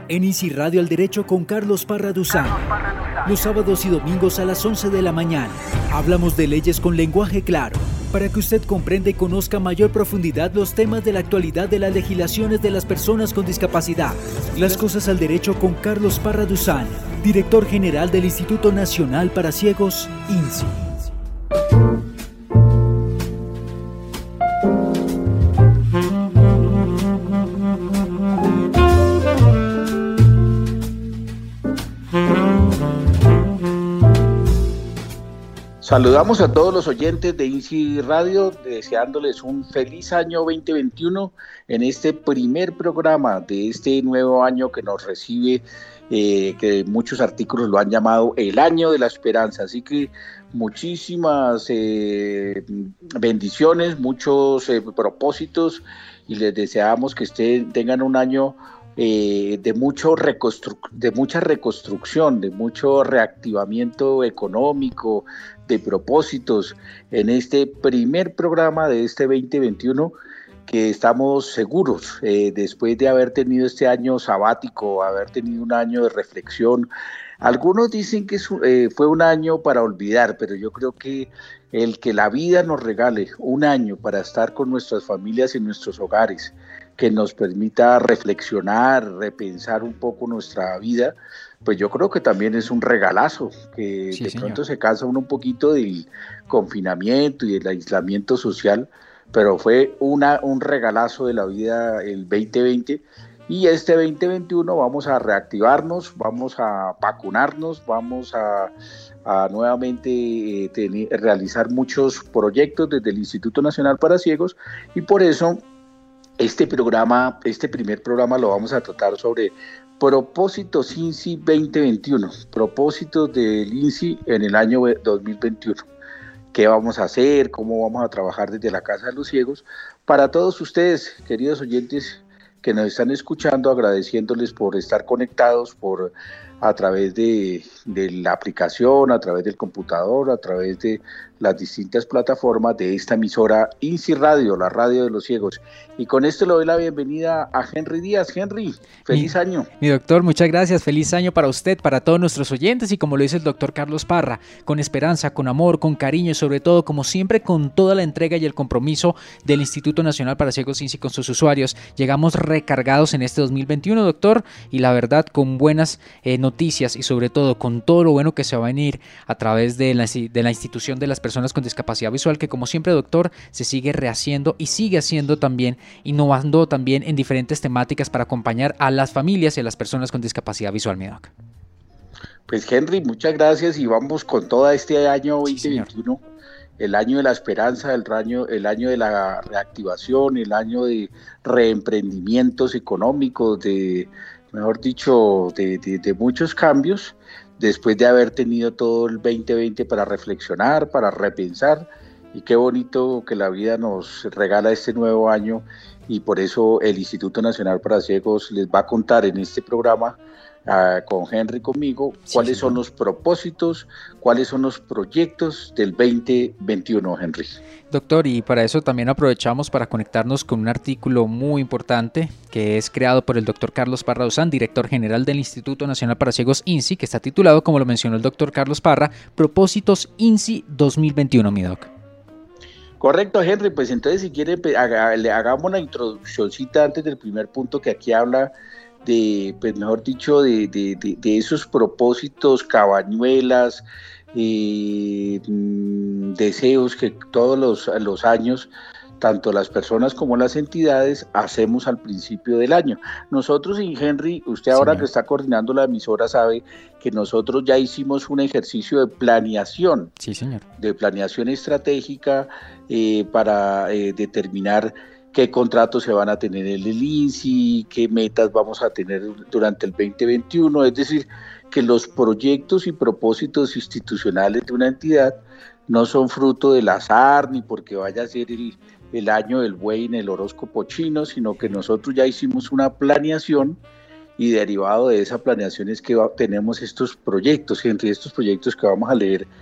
En INSI Radio al Derecho con Carlos Parra Duzán. Los sábados y domingos a las 11 de la mañana. Hablamos de leyes con lenguaje claro, para que usted comprenda y conozca a mayor profundidad los temas de la actualidad de las legislaciones de las personas con discapacidad. Las cosas al derecho con Carlos Parra Duzán, director general del Instituto Nacional para Ciegos, INSI. Saludamos a todos los oyentes de INSI Radio, deseándoles un feliz año 2021 en este primer programa de este nuevo año que nos recibe, que muchos artículos lo han llamado el año de la esperanza. Así que muchísimas bendiciones, muchos propósitos, y les deseamos que tengan un año de mucha reconstrucción, de mucho reactivamiento económico, de propósitos en este primer programa de este 2021, que estamos seguros, después de haber tenido este año sabático, haber tenido un año de reflexión. Algunos dicen que fue un año para olvidar, pero yo creo que el que la vida nos regale un año para estar con nuestras familias y nuestros hogares, que nos permita reflexionar, repensar un poco nuestra vida, pues yo creo que también es un regalazo, que sí, de pronto se cansa uno un poquito del confinamiento y del aislamiento social, pero fue un regalazo de la vida el 2020, y este 2021 vamos a reactivarnos, vamos a vacunarnos, vamos a nuevamente realizar muchos proyectos desde el Instituto Nacional para Ciegos, y por eso este primer programa lo vamos a tratar sobre propósitos INSI 2021, propósitos del INSI en el año 2021. ¿Qué vamos a hacer? ¿Cómo vamos a trabajar desde la Casa de los Ciegos? Para todos ustedes, queridos oyentes que nos están escuchando, agradeciéndoles por estar conectados a través de la aplicación, a través del computador, a través de las distintas plataformas de esta emisora INSI Radio, la radio de los ciegos. Y con esto le doy la bienvenida a Henry Díaz. Henry, feliz año. Mi doctor, muchas gracias. Feliz año para usted, para todos nuestros oyentes, y como lo dice el doctor Carlos Parra, con esperanza, con amor, con cariño y sobre todo, como siempre, con toda la entrega y el compromiso del Instituto Nacional para Ciegos INSI con sus usuarios. Llegamos recargados en este 2021, doctor, y la verdad con buenas noticias y sobre todo con todo lo bueno que se va a venir a través de la institución de las personas con discapacidad visual, que como siempre, doctor, se sigue rehaciendo y sigue haciendo también, innovando también en diferentes temáticas para acompañar a las familias y a las personas con discapacidad visual, mi doc. Pues Henry, muchas gracias, y vamos con todo este año 2021, sí, el año de la esperanza, el año de la reactivación, el año de reemprendimientos económicos, mejor dicho, de muchos cambios, después de haber tenido todo el 2020 para reflexionar, para repensar, y qué bonito que la vida nos regala este nuevo año, y por eso el Instituto Nacional para Ciegos les va a contar en este programa, con Henry, conmigo, cuáles son los propósitos, cuáles son los proyectos del 2021, Henry. Doctor, y para eso también aprovechamos para conectarnos con un artículo muy importante que es creado por el doctor Carlos Parra Duzán, director general del Instituto Nacional para Ciegos INSI, que está titulado, como lo mencionó el doctor Carlos Parra, Propósitos INSI 2021, mi doc. Correcto, Henry, pues entonces si quiere le hagamos una introduccióncita antes del primer punto, que aquí habla de, pues mejor dicho, de esos propósitos, cabañuelas, deseos que todos los años, tanto las personas como las entidades, hacemos al principio del año. Nosotros, y Henry, usted ahora, señor, que está coordinando la emisora, sabe que nosotros ya hicimos un ejercicio de planeación, sí, señor, de planeación estratégica, para determinar qué contratos se van a tener en el INSI, qué metas vamos a tener durante el 2021, es decir, que los proyectos y propósitos institucionales de una entidad no son fruto del azar, ni porque vaya a ser el año del buey en el horóscopo chino, sino que nosotros ya hicimos una planeación, y derivado de esa planeación es que tenemos estos proyectos, y entre estos proyectos que vamos a leer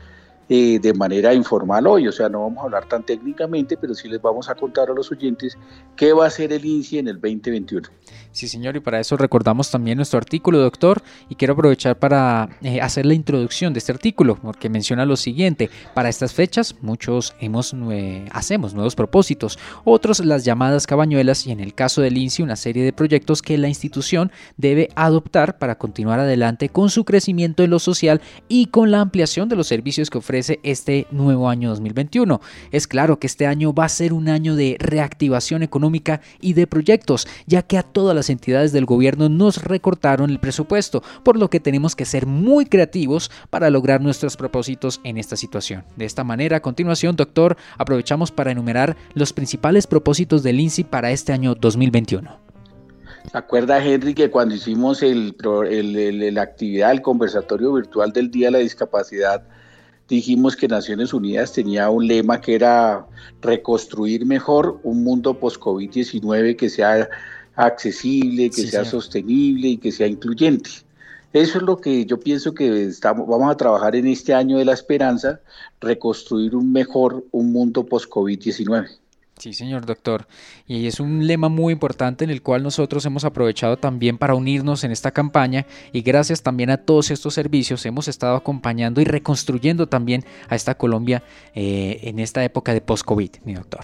de manera informal hoy, o sea, no vamos a hablar tan técnicamente, pero sí les vamos a contar a los oyentes qué va a hacer el INSI en el 2021. Sí, señor, y para eso recordamos también nuestro artículo, doctor, y quiero aprovechar para hacer la introducción de este artículo, porque menciona lo siguiente: para estas fechas muchos hacemos nuevos propósitos, otros las llamadas cabañuelas, y en el caso del INSI una serie de proyectos que la institución debe adoptar para continuar adelante con su crecimiento en lo social y con la ampliación de los servicios que ofrece este nuevo año 2021. Es claro que este año va a ser un año de reactivación económica y de proyectos, ya que a todas las entidades del gobierno nos recortaron el presupuesto, por lo que tenemos que ser muy creativos para lograr nuestros propósitos en esta situación. De esta manera, a continuación, doctor, aprovechamos para enumerar los principales propósitos del INSI para este año 2021. ¿Se acuerda, Henry, que cuando hicimos la actividad, el conversatorio virtual del Día de la Discapacidad, dijimos que Naciones Unidas tenía un lema que era reconstruir mejor un mundo post-COVID-19 que sea accesible, que sea sostenible y que sea incluyente? Eso es lo que yo pienso que vamos a trabajar en este año de la esperanza, reconstruir un mundo post-COVID-19. Sí, señor doctor. Y es un lema muy importante en el cual nosotros hemos aprovechado también para unirnos en esta campaña, y gracias también a todos estos servicios hemos estado acompañando y reconstruyendo también a esta Colombia en esta época de post-COVID, mi doctor.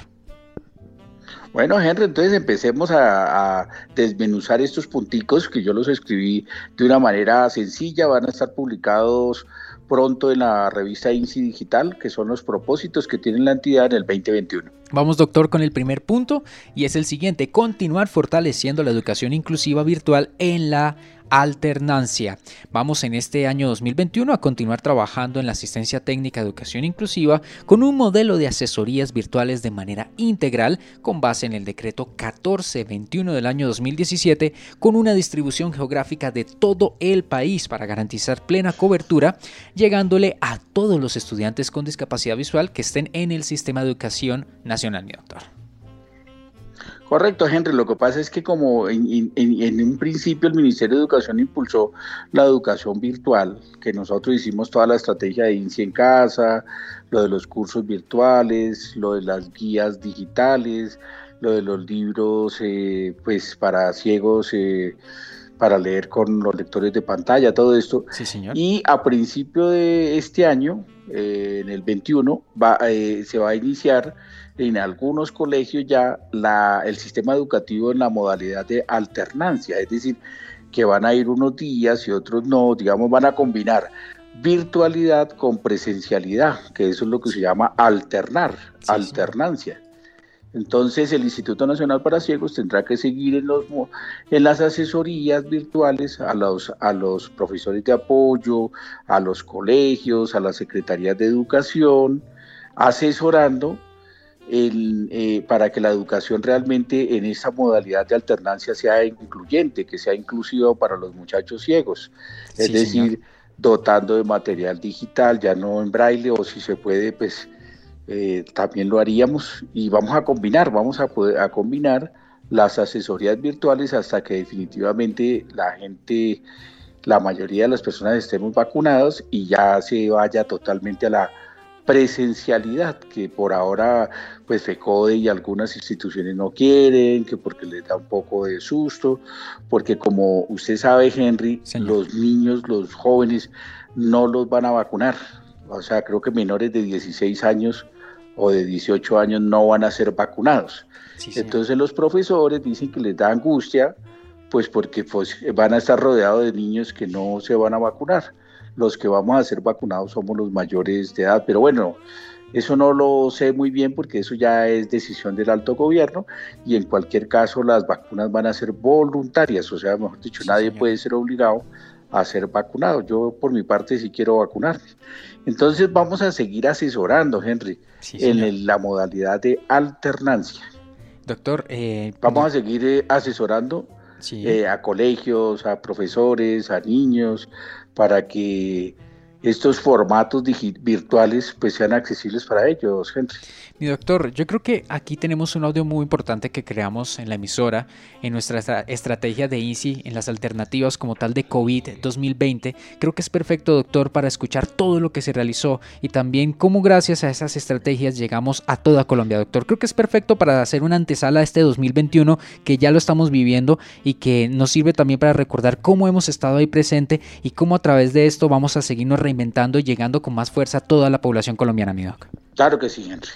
Bueno, Henry, entonces empecemos a desmenuzar estos punticos que yo los escribí de una manera sencilla. Van a estar publicados pronto en la revista INSI Digital, que son los propósitos que tiene la entidad en el 2021. Vamos, doctor, con el primer punto, y es el siguiente: continuar fortaleciendo la educación inclusiva virtual en la alternancia. Vamos en este año 2021 a continuar trabajando en la asistencia técnica de educación inclusiva con un modelo de asesorías virtuales de manera integral con base en el decreto 1421 del año 2017, con una distribución geográfica de todo el país para garantizar plena cobertura, llegándole a todos los estudiantes con discapacidad visual que estén en el sistema de educación nacional, mi doctor. Correcto, Henry. Lo que pasa es que como en un principio el Ministerio de Educación impulsó la educación virtual, que nosotros hicimos toda la estrategia de INSI en casa, lo de los cursos virtuales, lo de las guías digitales, lo de los libros pues para ciegos, para leer con los lectores de pantalla, todo esto. Sí, señor. Y a principio de este año, en el 21, se va a iniciar en algunos colegios ya el sistema educativo en la modalidad de alternancia, es decir, que van a ir unos días y otros no, digamos, van a combinar virtualidad con presencialidad, que eso es lo que se llama alternancia. Sí. Entonces el Instituto Nacional para Ciegos tendrá que seguir en las asesorías virtuales a los profesores de apoyo, a los colegios, a las secretarías de educación, asesorando para que la educación realmente en esa modalidad de alternancia sea incluyente, que sea inclusiva para los muchachos ciegos, es decir, señor, dotando de material digital, ya no en braille, o si se puede, pues también lo haríamos, y vamos a combinar las asesorías virtuales hasta que definitivamente la mayoría de las personas estemos vacunados y ya se vaya totalmente a la presencialidad, que por ahora pues FECODE y algunas instituciones no quieren, que porque les da un poco de susto, porque como usted sabe, Henry, señor, los niños, los jóvenes no los van a vacunar, o sea, creo que menores de 16 años o de 18 años no van a ser vacunados. Sí, entonces los profesores dicen que les da angustia, pues porque van a estar rodeados de niños que no se van a vacunar. Los que vamos a ser vacunados somos los mayores de edad, pero bueno, eso no lo sé muy bien porque eso ya es decisión del alto gobierno, y en cualquier caso las vacunas van a ser voluntarias, o sea, mejor dicho, sí, nadie, señor, puede ser obligado a ser vacunado. Yo por mi parte sí quiero vacunarme. Entonces vamos a seguir asesorando, Henry, sí, en la modalidad de alternancia. Doctor, vamos a seguir asesorando, sí, a colegios, a profesores, a niños, para que estos formatos virtuales pues sean accesibles para ellos, Henry. Mi doctor, yo creo que aquí tenemos un audio muy importante que creamos en la emisora, en nuestra estrategia de INSI, en las alternativas como tal de COVID 2020. Creo que es perfecto, doctor, para escuchar todo lo que se realizó y también cómo gracias a esas estrategias llegamos a toda Colombia, doctor. Creo que es perfecto para hacer una antesala a este 2021 que ya lo estamos viviendo y que nos sirve también para recordar cómo hemos estado ahí presente y cómo a través de esto vamos a seguirnos reinventando y llegando con más fuerza a toda la población colombiana, mi doc. Claro que sí, Henry.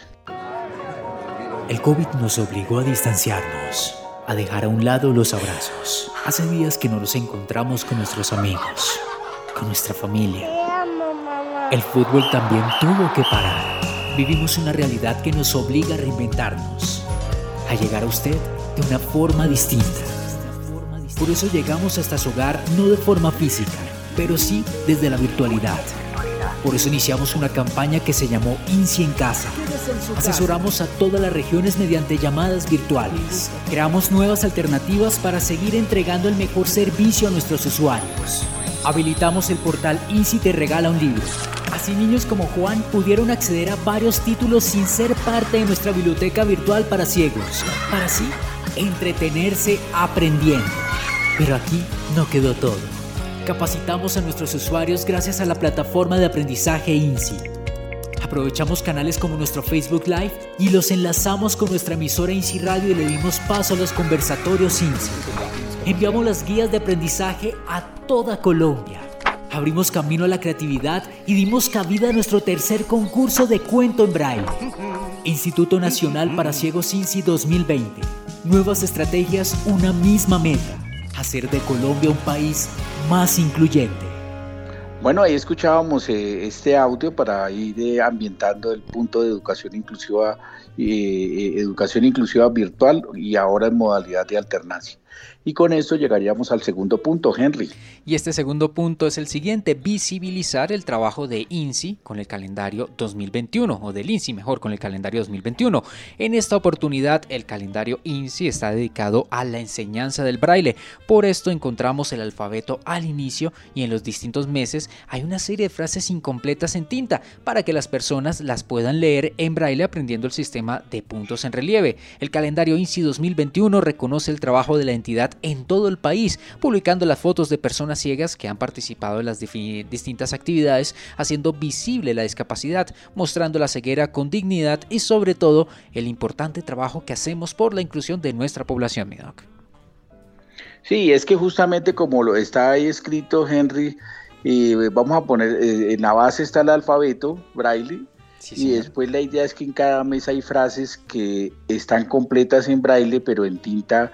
El COVID nos obligó a distanciarnos, a dejar a un lado los abrazos. Hace días que no nos encontramos con nuestros amigos, con nuestra familia. El fútbol también tuvo que parar. Vivimos una realidad que nos obliga a reinventarnos, a llegar a usted de una forma distinta. Por eso llegamos hasta su hogar no de forma física, pero sí desde la virtualidad. Por eso iniciamos una campaña que se llamó INSI en Casa. Asesoramos a todas las regiones mediante llamadas virtuales. Creamos nuevas alternativas para seguir entregando el mejor servicio a nuestros usuarios. Habilitamos el portal INSI Te Regala un Libro. Así niños como Juan pudieron acceder a varios títulos sin ser parte de nuestra biblioteca virtual para ciegos, para así entretenerse aprendiendo. Pero aquí no quedó todo. Capacitamos a nuestros usuarios gracias a la plataforma de aprendizaje INSI. Aprovechamos canales como nuestro Facebook Live y los enlazamos con nuestra emisora INSI Radio y le dimos paso a los conversatorios INSI. Enviamos las guías de aprendizaje a toda Colombia. Abrimos camino a la creatividad y dimos cabida a nuestro tercer concurso de cuento en braille. Instituto Nacional para Ciegos INSI 2020. Nuevas estrategias, una misma meta. Hacer de Colombia un país más incluyente. Bueno, ahí escuchábamos este audio para ir ambientando el punto de educación inclusiva virtual y ahora en modalidad de alternancia. Y con esto llegaríamos al segundo punto, Henry. Y este segundo punto es el siguiente: visibilizar el trabajo de INSI con el calendario 2021, o del INSI mejor, con el calendario 2021. En esta oportunidad, el calendario INSI está dedicado a la enseñanza del braille. Por esto encontramos el alfabeto al inicio y en los distintos meses hay una serie de frases incompletas en tinta para que las personas las puedan leer en braille aprendiendo el sistema de puntos en relieve. El calendario INSI 2021 reconoce el trabajo de la entidad en todo el país, publicando las fotos de personas ciegas que han participado en las distintas actividades, haciendo visible la discapacidad, mostrando la ceguera con dignidad y sobre todo el importante trabajo que hacemos por la inclusión de nuestra población, mi doc. Sí, es que justamente como lo está ahí escrito, Henry, vamos a poner, en la base está el alfabeto braille. Sí, y después la idea es que en cada mes hay frases que están completas en braille, pero en tinta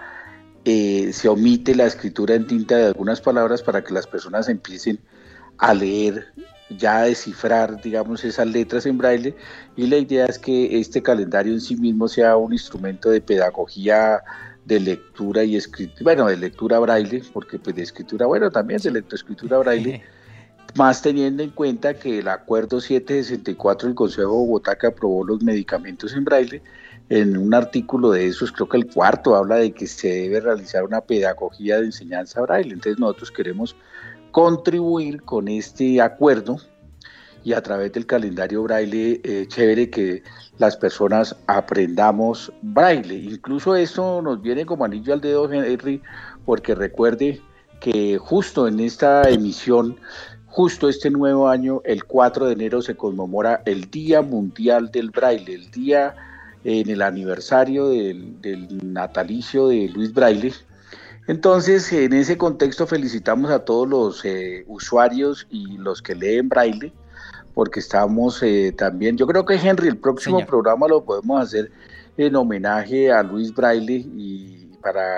se omite la escritura en tinta de algunas palabras para que las personas empiecen a leer, ya a descifrar, digamos, esas letras en braille. Y la idea es que este calendario en sí mismo sea un instrumento de pedagogía, de lectura y escritura, bueno, de lectura braille, porque pues de escritura, bueno, también de lectoescritura braille. Más teniendo en cuenta que el acuerdo 764 del Consejo de Bogotá, que aprobó los medicamentos en braille, en un artículo de esos, creo que el cuarto, habla de que se debe realizar una pedagogía de enseñanza braille. Entonces nosotros queremos contribuir con este acuerdo y a través del calendario braille, chévere que las personas aprendamos braille. Incluso eso nos viene como anillo al dedo, Henry, porque recuerde que justo en esta emisión, justo este nuevo año, el 4 de enero se conmemora el Día Mundial del Braille, el día en el aniversario del natalicio de Luis Braille. Entonces, en ese contexto felicitamos a todos los usuarios y los que leen braille, porque estamos también, yo creo que Henry, el próximo programa lo podemos hacer en homenaje a Luis Braille y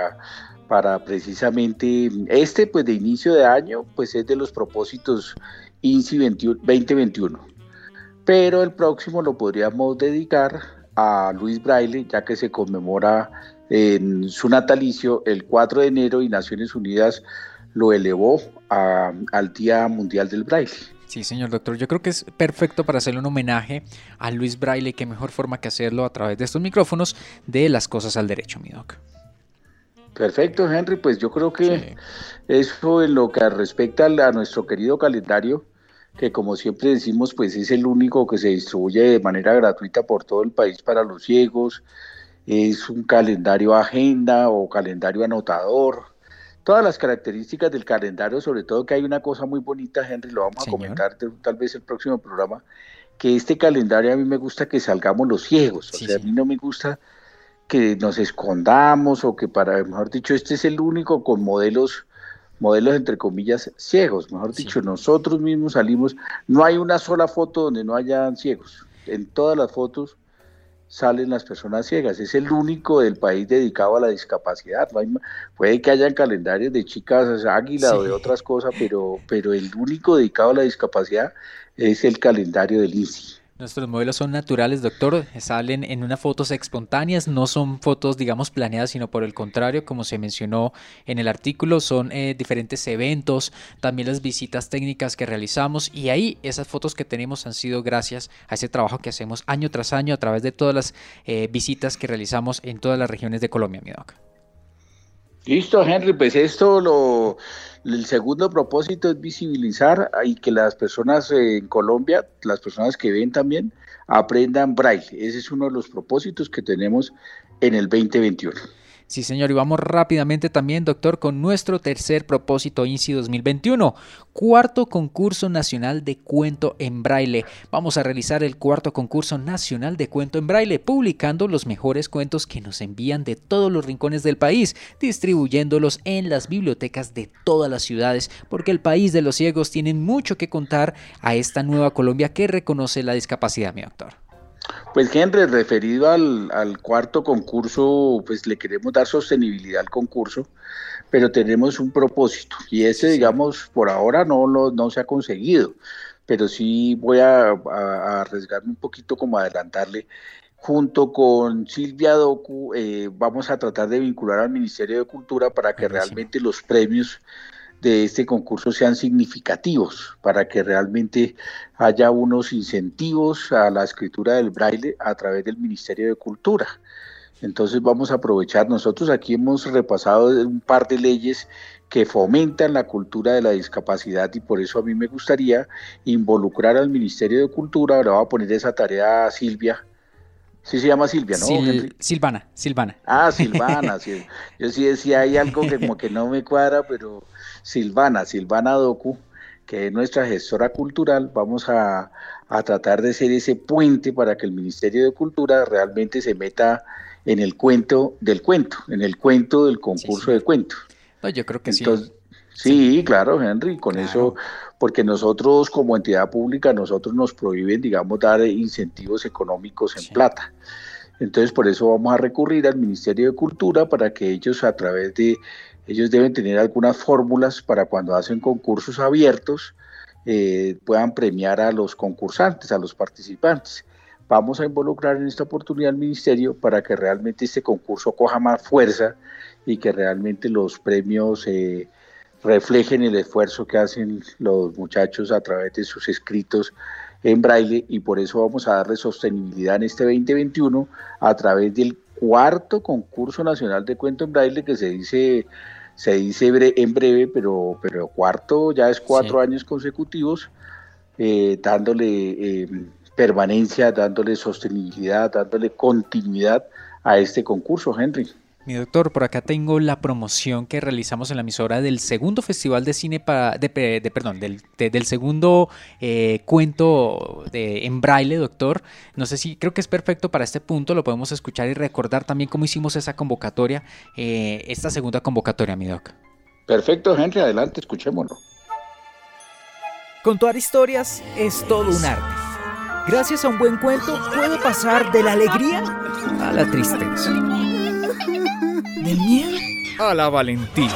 para precisamente pues de inicio de año, pues es de los propósitos INSI 2021. Pero el próximo lo podríamos dedicar a Luis Braille, ya que se conmemora en su natalicio el 4 de enero y Naciones Unidas lo elevó al Día Mundial del Braille. Sí, señor doctor, yo creo que es perfecto para hacerle un homenaje a Luis Braille, qué mejor forma que hacerlo a través de estos micrófonos de Las Cosas al Derecho, mi doc. Perfecto, Henry, pues yo creo que eso en lo que respecta a nuestro querido calendario, que como siempre decimos, pues es el único que se distribuye de manera gratuita por todo el país para los ciegos. Es un calendario agenda o calendario anotador. Todas las características del calendario, sobre todo que hay una cosa muy bonita, Henry, lo vamos a comentar tal vez el próximo programa, que este calendario a mí me gusta que salgamos los ciegos, a mí no me gusta que nos escondamos o que mejor dicho, este es el único con modelos entre comillas ciegos, mejor dicho, nosotros mismos salimos, no hay una sola foto donde no hayan ciegos, en todas las fotos salen las personas ciegas, es el único del país dedicado a la discapacidad. Puede que hayan calendarios de chicas águila o de otras cosas, pero el único dedicado a la discapacidad es el calendario del INSI. Nuestros modelos son naturales, doctor, salen en unas fotos espontáneas, no son fotos, digamos, planeadas, sino por el contrario, como se mencionó en el artículo, son diferentes eventos, también las visitas técnicas que realizamos, y ahí esas fotos que tenemos han sido gracias a ese trabajo que hacemos año tras año a través de todas las visitas que realizamos en todas las regiones de Colombia, mi doc. Listo, Henry, pues el segundo propósito es visibilizar y que las personas en Colombia, las personas que ven también, aprendan braille. Ese es uno de los propósitos que tenemos en el 2021. Sí, señor, y vamos rápidamente también, doctor, con nuestro tercer propósito INSI 2021, cuarto concurso nacional de cuento en braille. Vamos a realizar el cuarto concurso nacional de cuento en braille, publicando los mejores cuentos que nos envían de todos los rincones del país, distribuyéndolos en las bibliotecas de todas las ciudades, porque el país de los ciegos tiene mucho que contar a esta nueva Colombia que reconoce la discapacidad, mi doctor. Pues Henry, referido al cuarto concurso, pues le queremos dar sostenibilidad al concurso, pero tenemos un propósito y ese, digamos, por ahora no se ha conseguido, pero sí voy a arriesgarme un poquito como adelantarle. Junto con Silvia Docu vamos a tratar de vincular al Ministerio de Cultura para que realmente los premios de este concurso sean significativos, para que realmente haya unos incentivos a la escritura del braille a través del Ministerio de Cultura. Entonces vamos a aprovechar, nosotros aquí hemos repasado un par de leyes que fomentan la cultura de la discapacidad y por eso a mí me gustaría involucrar al Ministerio de Cultura. Ahora voy a poner esa tarea a Silvia. Sí se llama Silvia, ¿no? Silvana. Ah, Silvana, sí. Yo sí decía, hay algo que como que no me cuadra, pero Silvana Docu, que es nuestra gestora cultural, vamos a tratar de ser ese puente para que el Ministerio de Cultura realmente se meta en el cuento del cuento, en el cuento del concurso de cuento. No, yo creo que entonces, sí, claro, Henry, con eso, porque nosotros como entidad pública, nosotros nos prohíben, digamos, dar incentivos económicos en plata. Entonces, por eso vamos a recurrir al Ministerio de Cultura para que ellos ellos deben tener algunas fórmulas para cuando hacen concursos abiertos, puedan premiar a los concursantes, a los participantes. Vamos a involucrar en esta oportunidad al Ministerio para que realmente este concurso coja más fuerza y que realmente los premios reflejen el esfuerzo que hacen los muchachos a través de sus escritos en braille, y por eso vamos a darle sostenibilidad en este 2021 a través del cuarto concurso nacional de cuento en braille, que se dice en breve, pero cuarto ya es 4 años consecutivos, dándole permanencia, dándole sostenibilidad, dándole continuidad a este concurso, Henry. Mi doctor, por acá tengo la promoción que realizamos en la emisora del segundo Festival de Cine del segundo cuento en braille, doctor. No sé si, creo que es perfecto para este punto, lo podemos escuchar y recordar también cómo hicimos esa convocatoria, esta segunda convocatoria, mi doc. Perfecto, Henry, adelante, escuchémoslo. Contar historias es todo un arte. Gracias a un buen cuento puede pasar de la alegría a la tristeza. ¿Del miedo? A la valentía.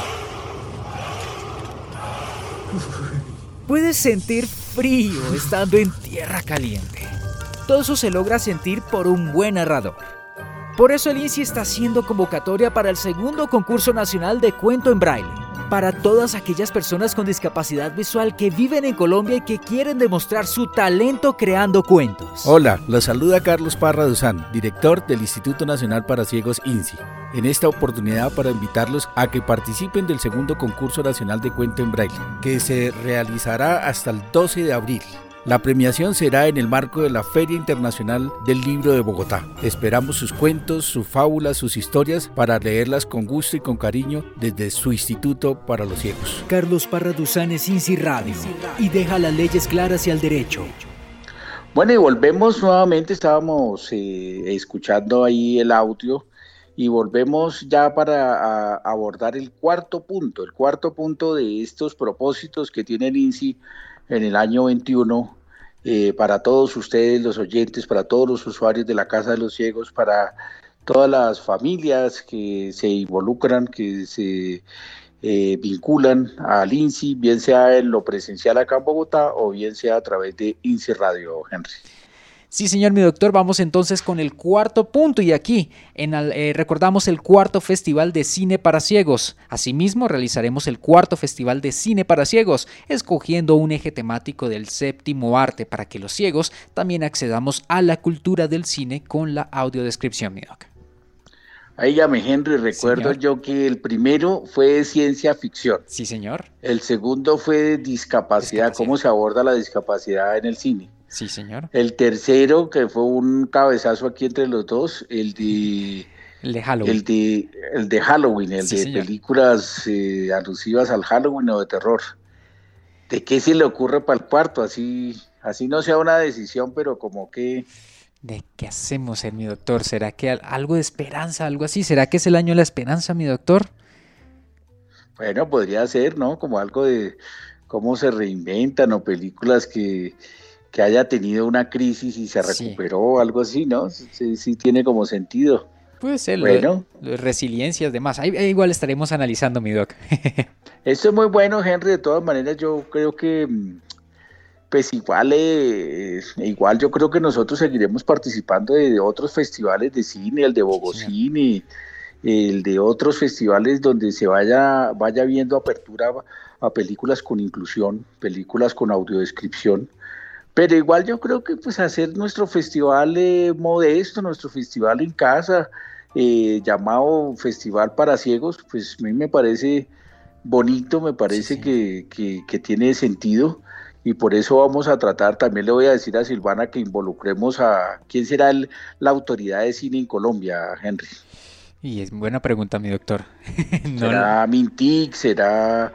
Puedes sentir frío estando en tierra caliente. Todo eso se logra sentir por un buen narrador. Por eso el INSI está haciendo convocatoria para el segundo concurso nacional de cuento en braille, para todas aquellas personas con discapacidad visual que viven en Colombia y que quieren demostrar su talento creando cuentos. Hola, los saluda Carlos Parra Duzán, director del Instituto Nacional para Ciegos INSI. en esta oportunidad para invitarlos a que participen del segundo concurso nacional de cuento en braille, que se realizará hasta el 12 de abril. La premiación será en el marco de la Feria Internacional del Libro de Bogotá. Esperamos sus cuentos, sus fábulas, sus historias para leerlas con gusto y con cariño desde su Instituto para los Ciegos. Carlos Parra Duzán es INSI Radio y deja las leyes claras y al derecho. Bueno, y volvemos nuevamente, estábamos escuchando ahí el audio y volvemos ya para abordar el cuarto punto de estos propósitos que tiene el INSI en el año 21, para todos ustedes, los oyentes, para todos los usuarios de la Casa de los Ciegos, para todas las familias que se involucran, que se vinculan al INSI, bien sea en lo presencial acá en Bogotá o bien sea a través de INSI Radio, Henry. Sí, señor, mi doctor, vamos entonces con el cuarto punto y aquí recordamos el cuarto Festival de Cine para Ciegos. Asimismo, realizaremos el cuarto Festival de Cine para Ciegos, escogiendo un eje temático del séptimo arte para que los ciegos también accedamos a la cultura del cine con la audiodescripción, mi doc. Ahí llame Henry, recuerdo Señor. yo que el primero fue de ciencia ficción. Sí, señor. El segundo fue de discapacidad, cómo se aborda la discapacidad en el cine. Sí, señor. El tercero, que fue un cabezazo aquí entre los dos, el de Halloween. El de Halloween, Sí, de señor. Películas alusivas al Halloween o de terror. ¿De qué se le ocurre para el cuarto? Así no sea una decisión, pero como que... ¿De qué hacemos, mi doctor? ¿Será que algo de esperanza, algo así? ¿Será que es el año de la esperanza, mi doctor? Bueno, podría ser, ¿no? Como algo de cómo se reinventan o películas que haya tenido una crisis y se recuperó, algo así, ¿no? Sí tiene como sentido. Puede ser, bueno. Resiliencias, demás. Ahí igual estaremos analizando, mi doc. Esto es muy bueno, Henry. De todas maneras, yo creo que, pues igual yo creo que nosotros seguiremos participando de otros festivales de cine, el de Bogocine, el de otros festivales donde se vaya viendo apertura a películas con inclusión, películas con audiodescripción. Pero igual yo creo que pues hacer nuestro festival modesto, nuestro festival en casa, llamado Festival para Ciegos, pues a mí me parece bonito, me parece que tiene sentido, y por eso vamos a tratar, también le voy a decir a Silvana que involucremos a, ¿quién será la autoridad de cine en Colombia, Henry? Y es buena pregunta, mi doctor. ¿Será Mintic? ¿Será,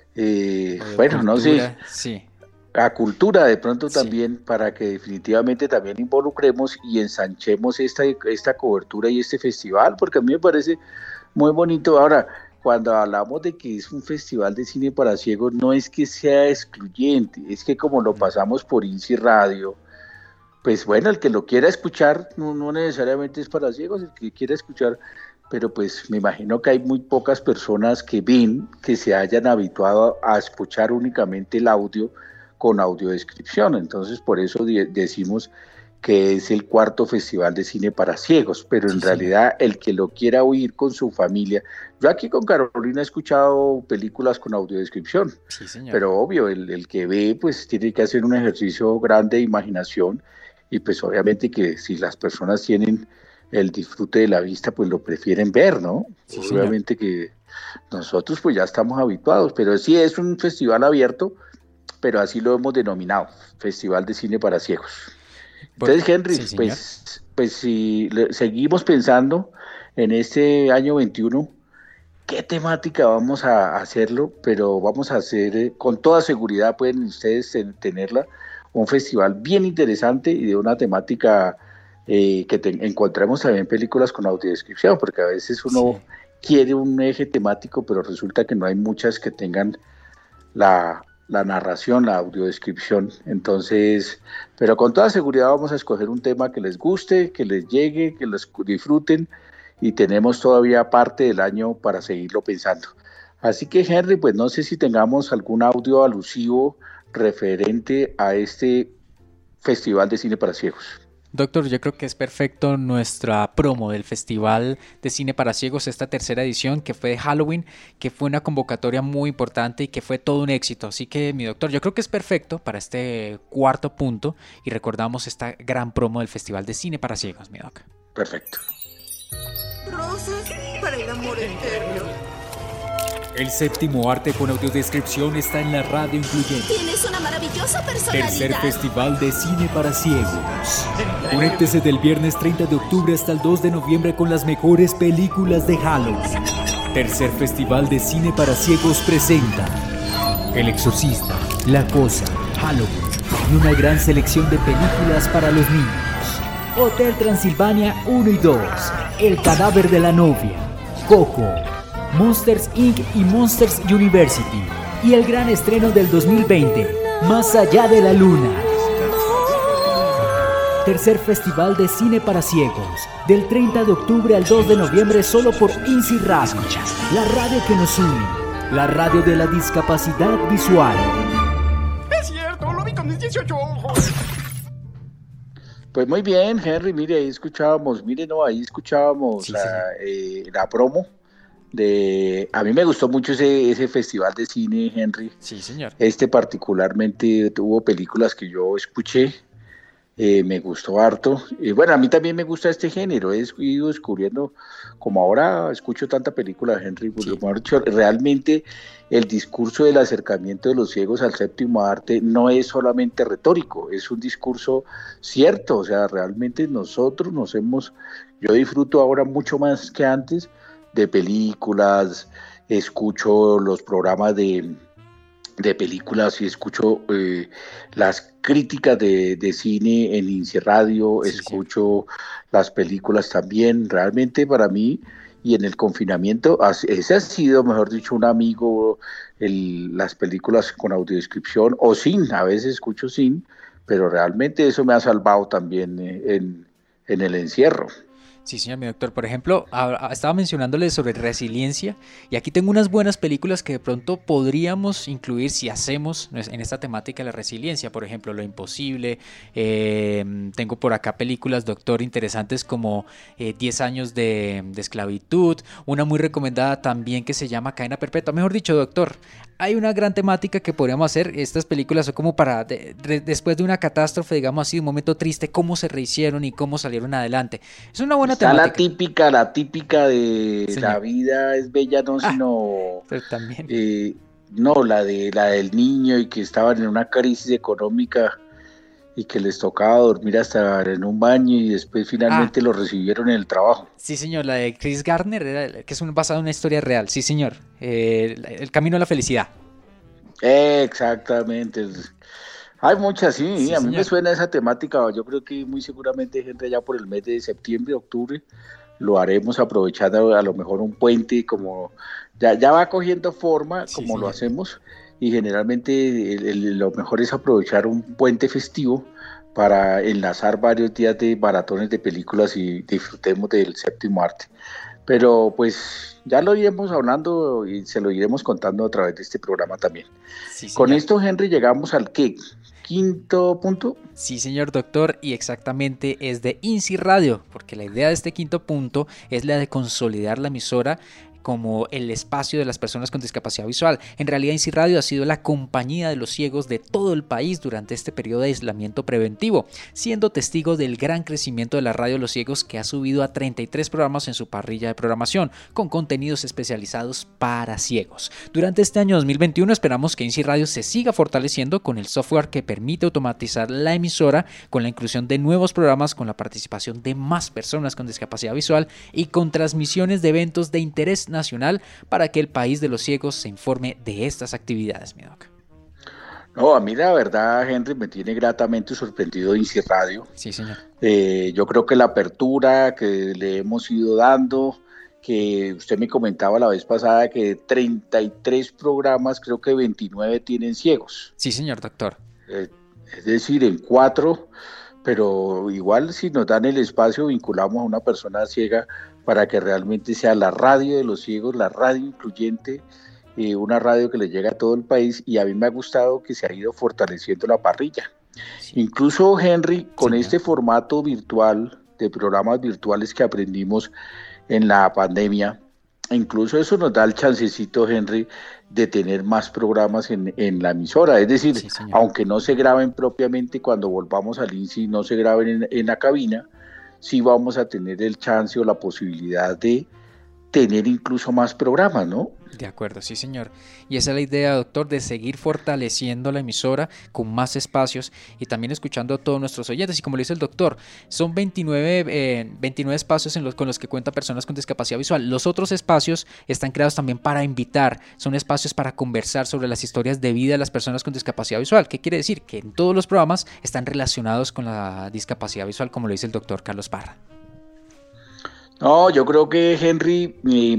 bueno, no sé? Sí. A cultura de pronto también, para que definitivamente también involucremos y ensanchemos esta cobertura y este festival, porque a mí me parece muy bonito. Ahora, cuando hablamos de que es un festival de cine para ciegos, no es que sea excluyente, es que como lo pasamos por INSI Radio, pues bueno, el que lo quiera escuchar no necesariamente es para ciegos, el que quiera escuchar, pero pues me imagino que hay muy pocas personas que ven, que se hayan habituado a escuchar únicamente el audio con audiodescripción. Entonces por eso decimos que es el cuarto Festival de Cine para Ciegos, pero en realidad el que lo quiera oír con su familia. Yo aquí con Carolina he escuchado películas con audiodescripción, pero obvio, el que ve pues tiene que hacer un ejercicio grande de imaginación, y pues obviamente que si las personas tienen el disfrute de la vista, pues lo prefieren ver, ¿no? Obviamente que nosotros pues ya estamos habituados, pero sí es un festival abierto, pero así lo hemos denominado, Festival de Cine para Ciegos. Entonces, Henry, pues si seguimos pensando en este año 21, ¿qué temática vamos a hacerlo? Pero vamos a hacer, con toda seguridad pueden ustedes tenerla, un festival bien interesante y de una temática que encontremos también películas con audiodescripción, porque a veces uno quiere un eje temático, pero resulta que no hay muchas que tengan la narración, la audiodescripción. Entonces, pero con toda seguridad vamos a escoger un tema que les guste, que les llegue, que los disfruten, y tenemos todavía parte del año para seguirlo pensando. Así que, Henry, pues no sé si tengamos algún audio alusivo referente a este Festival de Cine para Ciegos. Doctor, yo creo que es perfecto nuestra promo del Festival de Cine para Ciegos, esta tercera edición que fue de Halloween, que fue una convocatoria muy importante y que fue todo un éxito. Así que, mi doctor, yo creo que es perfecto para este cuarto punto y recordamos esta gran promo del Festival de Cine para Ciegos, mi doc. Perfecto. Rosas para el amor eterno. El séptimo arte con audiodescripción está en la radio incluyente. Tienes una maravillosa personalidad. Tercer Festival de Cine para Ciegos. Conéctese del viernes 30 de octubre hasta el 2 de noviembre con las mejores películas de Halloween. Tercer Festival de Cine para Ciegos presenta El Exorcista, La Cosa, Halloween y una gran selección de películas para los niños. Hotel Transilvania 1 y 2, El Cadáver de la Novia, Coco, Monsters Inc. y Monsters University y el gran estreno del 2020, Más allá de la luna. Tercer Festival de Cine para Ciegos, del 30 de octubre al 2 de noviembre solo por INSI Radio, la radio que nos une, la radio de la discapacidad visual. Es cierto, lo vi con mis 18 ojos. Pues muy bien, Henry, mire, ahí escuchábamos Sí, la promo. A mí me gustó mucho ese festival de cine, Henry. Sí, señor. Particularmente tuvo películas que yo escuché, me gustó harto. Y bueno, a mí también me gusta este género, he ido descubriendo, como ahora escucho tanta película, Henry, pues, Sí. realmente el discurso del acercamiento de los ciegos al séptimo arte no es solamente retórico, es un discurso cierto, o sea, realmente yo disfruto ahora mucho más que antes de películas, escucho los programas de películas y escucho las críticas de cine en INSI Radio, Sí, escucho las películas también, realmente para mí, y en el confinamiento, ese ha sido, mejor dicho, un amigo, las películas con audiodescripción, o sin, a veces escucho sin, pero realmente eso me ha salvado también en el encierro. Sí, señor, mi doctor. Por ejemplo, estaba mencionándole sobre resiliencia y aquí tengo unas buenas películas que de pronto podríamos incluir si hacemos en esta temática de la resiliencia. Por ejemplo, Lo Imposible. Tengo por acá películas, doctor, interesantes como 10 años de esclavitud. Una muy recomendada también que se llama Cadena Perpetua. Mejor dicho, doctor, hay una gran temática que podríamos hacer. Estas películas son como para, después de una catástrofe, digamos así, un momento triste, cómo se rehicieron y cómo salieron adelante. Es una buena Está temática. la típica de Señor. La vida es bella, no, sino Pero también. no, la del niño y que estaban en una crisis económica y que les tocaba dormir hasta en un baño y después finalmente lo recibieron en el trabajo. Sí, señor, la de Chris Gardner, que es basada en una historia real. Sí, señor. El camino a la felicidad. Exactamente. Hay muchas, sí, Sí, a mí señor. me suena esa temática. Yo creo que muy seguramente, gente, ya por el mes de septiembre, octubre, lo haremos aprovechando a lo mejor un puente, como ya va cogiendo forma, Sí, como lo señor. hacemos, y generalmente lo mejor es aprovechar un puente festivo para enlazar varios días de maratones de películas y disfrutemos del séptimo arte. Pero pues ya lo iremos hablando y se lo iremos contando a través de este programa también. Sí, Con señor. esto, Henry, llegamos al ¿qué? Quinto punto. Sí, señor doctor, y exactamente es de INSI Radio, porque la idea de este quinto punto es la de consolidar la emisora como el espacio de las personas con discapacidad visual. En realidad, INSI Radio ha sido la compañía de los ciegos de todo el país durante este periodo de aislamiento preventivo, siendo testigo del gran crecimiento de la radio de los ciegos, que ha subido a 33 programas en su parrilla de programación, con contenidos especializados para ciegos. Durante este año 2021 esperamos que INSI Radio se siga fortaleciendo con el software que permite automatizar la emisora, con la inclusión de nuevos programas, con la participación de más personas con discapacidad visual y con transmisiones de eventos de interés nacional para que el país de los ciegos se informe de estas actividades, mi doc. No, a mí la verdad, Henry, me tiene gratamente sorprendido INSI Radio. Sí, señor. Yo creo que la apertura que le hemos ido dando, que usted me comentaba la vez pasada que 33 programas, creo que 29 tienen ciegos. Sí, señor, doctor. Es decir, en 4, pero igual si nos dan el espacio, vinculamos a una persona ciega para que realmente sea la radio de los ciegos, la radio incluyente, una radio que le llega a todo el país, y a mí me ha gustado que se ha ido fortaleciendo la parrilla. Sí. Incluso, Henry, con Sí, este formato virtual, de programas virtuales que aprendimos en la pandemia, incluso eso nos da el chancecito, Henry, de tener más programas en la emisora. Es decir, Sí, señor. aunque no se graben propiamente, cuando volvamos al INSI, no se graben en la cabina, sí vamos a tener el chance o la posibilidad de tener incluso más programas, ¿no? De acuerdo, sí señor. Y esa es la idea, doctor, de seguir fortaleciendo la emisora con más espacios y también escuchando a todos nuestros oyentes. Y como le dice el doctor, son 29 espacios con los que cuentan personas con discapacidad visual. Los otros espacios están creados también para invitar, son espacios para conversar sobre las historias de vida de las personas con discapacidad visual. ¿Qué quiere decir? Que en todos los programas están relacionados con la discapacidad visual, como lo dice el doctor Carlos Parra. No, yo creo que Henry,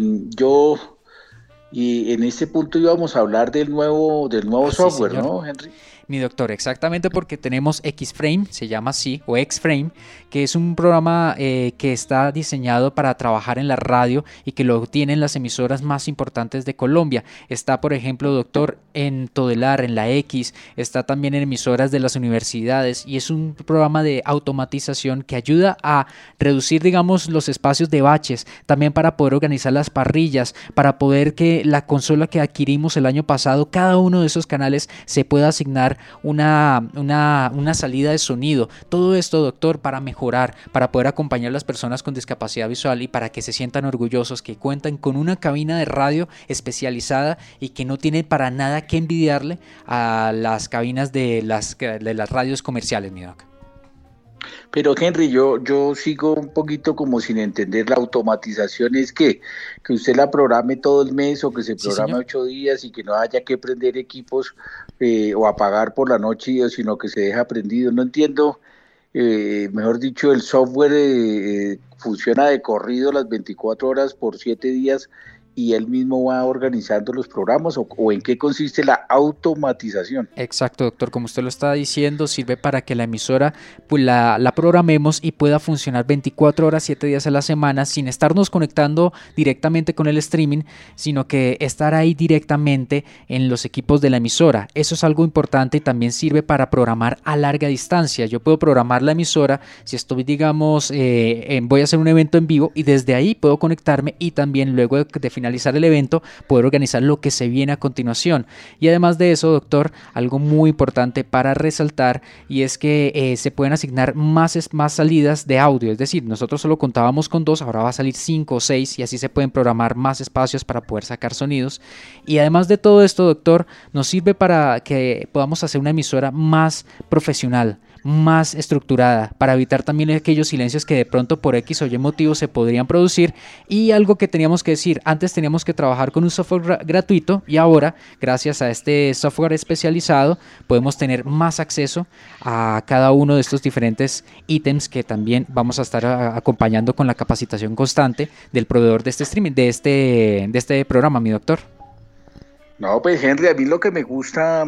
y en este punto íbamos a hablar del nuevo software, sí, ¿no, Henry? Mi doctor, exactamente, porque tenemos X-Frame, se llama así, o X-Frame, que es un programa que está diseñado para trabajar en la radio y que lo tienen las emisoras más importantes de Colombia. Está, por ejemplo, doctor, en Todelar, en la X, está también en emisoras de las universidades y es un programa de automatización que ayuda a reducir, digamos, los espacios de baches, también para poder organizar las parrillas, para poder que la consola que adquirimos el año pasado, cada uno de esos canales se pueda asignar una salida de sonido. Todo esto, doctor, para mejorar, para poder acompañar a las personas con discapacidad visual y para que se sientan orgullosos que cuentan con una cabina de radio especializada y que no tiene para nada que envidiarle a las cabinas de las radios comerciales, mi doc. Pero Henry, yo sigo un poquito como sin entender la automatización, es que usted la programe todo el mes o que se programe 8 días y que no haya que prender equipos o apagar por la noche, sino que se deja prendido. No entiendo, mejor dicho, el software funciona de corrido las 24 horas por 7 días y él mismo va organizando los programas o en qué consiste la automatización. Exacto, doctor, como usted lo está diciendo, sirve para que la emisora pues la programemos y pueda funcionar 24 horas, 7 días a la semana sin estarnos conectando directamente con el streaming, sino que estar ahí directamente en los equipos de la emisora. Eso es algo importante y también sirve para programar a larga distancia. Yo puedo programar la emisora si estoy, digamos, voy a hacer un evento en vivo y desde ahí puedo conectarme y también luego de finalizar el evento, poder organizar lo que se viene a continuación. Y además de eso, doctor, algo muy importante para resaltar y es que se pueden asignar más salidas de audio, es decir, nosotros solo contábamos con 2, ahora va a salir 5 o 6 y así se pueden programar más espacios para poder sacar sonidos. Y además de todo esto, doctor, nos sirve para que podamos hacer una emisora más profesional, más estructurada, para evitar también aquellos silencios que de pronto por X o Y motivo se podrían producir. Y algo que teníamos que decir, antes teníamos que trabajar con un software gratuito y ahora, gracias a este software especializado, podemos tener más acceso a cada uno de estos diferentes ítems que también vamos a estar acompañando con la capacitación constante del proveedor de este streaming, de este programa, mi doctor. No, pues Henry, a mí lo que me gusta,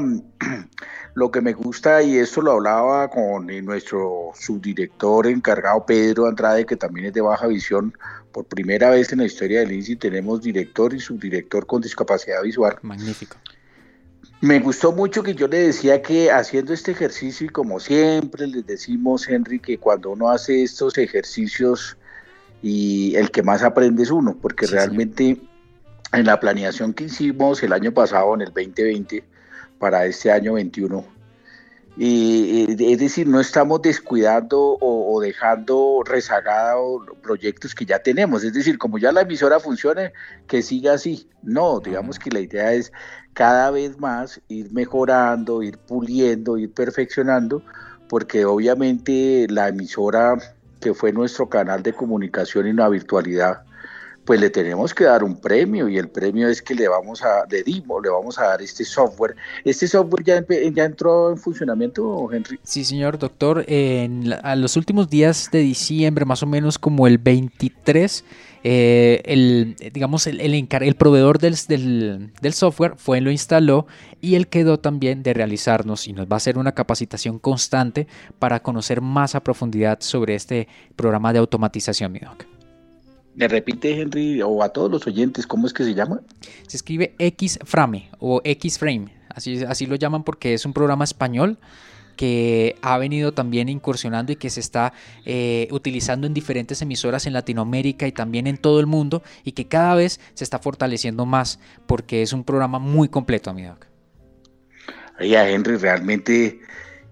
y esto lo hablaba con nuestro subdirector encargado, Pedro Andrade, que también es de baja visión. Por primera vez en la historia del INSI tenemos director y subdirector con discapacidad visual. Magnífico. Me gustó mucho que yo le decía que haciendo este ejercicio, y como siempre les decimos, Henry, que cuando uno hace estos ejercicios y el que más aprende es uno, porque sí, realmente... Señor. En la planeación que hicimos el año pasado, en el 2020, para este año 21, es decir, no estamos descuidando o dejando rezagados proyectos que ya tenemos, es decir, como ya la emisora funciona, que siga así. No, digamos que la idea es cada vez más ir mejorando, ir puliendo, ir perfeccionando, porque obviamente la emisora, que fue nuestro canal de comunicación y la virtualidad, pues le tenemos que dar un premio, y el premio es que le vamos a dar este software. ¿Este software ya entró en funcionamiento, Henry? Sí, señor doctor, a los últimos días de diciembre, más o menos como el 23, el proveedor del software lo instaló y él quedó también de realizarnos y nos va a hacer una capacitación constante para conocer más a profundidad sobre este programa de automatización, mi doc. ¿Me repite, Henry, o a todos los oyentes, cómo es que se llama? Se escribe X-Frame o X-Frame, así lo llaman porque es un programa español que ha venido también incursionando y que se está utilizando en diferentes emisoras en Latinoamérica y también en todo el mundo, y que cada vez se está fortaleciendo más porque es un programa muy completo, mi doc. Oiga, Henry, realmente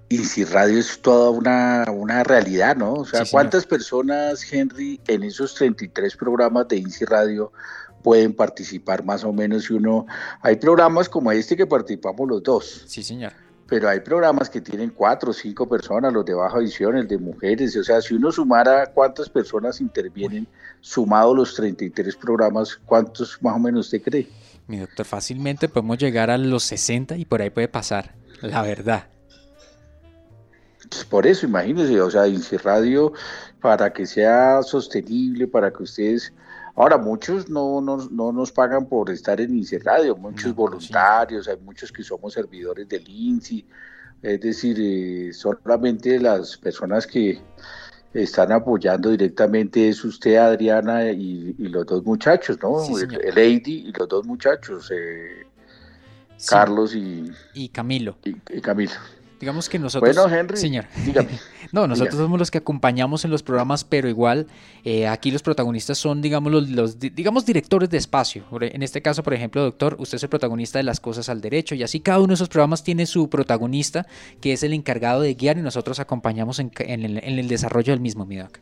INSI Radio es toda una realidad, ¿no? O sea, Sí, ¿cuántas personas, Henry, en esos 33 programas de INSI Radio pueden participar más o menos? Hay programas como este que participamos los dos, sí, señor. pero hay programas que tienen 4 o 5 personas, los de baja visión, el de mujeres. O sea, si uno sumara cuántas personas intervienen, sumado los 33 programas, ¿cuántos más o menos usted cree? Mi doctor, fácilmente podemos llegar a los 60 y por ahí puede pasar, la verdad. Pues por eso, imagínense, o sea, INSI Radio, para que sea sostenible, para que ustedes... Ahora, muchos no nos pagan por estar en INSI Radio, muchos voluntarios, hay muchos que somos servidores del INSI, es decir, solamente las personas que están apoyando directamente es usted, Adriana, y los dos muchachos, ¿no? Sí, señor. El Eidi y los dos muchachos, Sí. Carlos Y Camilo. y Camilo. Digamos que nosotros... Bueno, Henry, señor. dígame. No, nosotros Dígame. somos los que acompañamos en los programas, pero igual aquí los protagonistas son, digamos, digamos, directores de espacio. En este caso, por ejemplo, doctor, usted es el protagonista de Las Cosas al Derecho, y así cada uno de esos programas tiene su protagonista, que es el encargado de guiar, y nosotros acompañamos en el desarrollo del mismo, mi doc.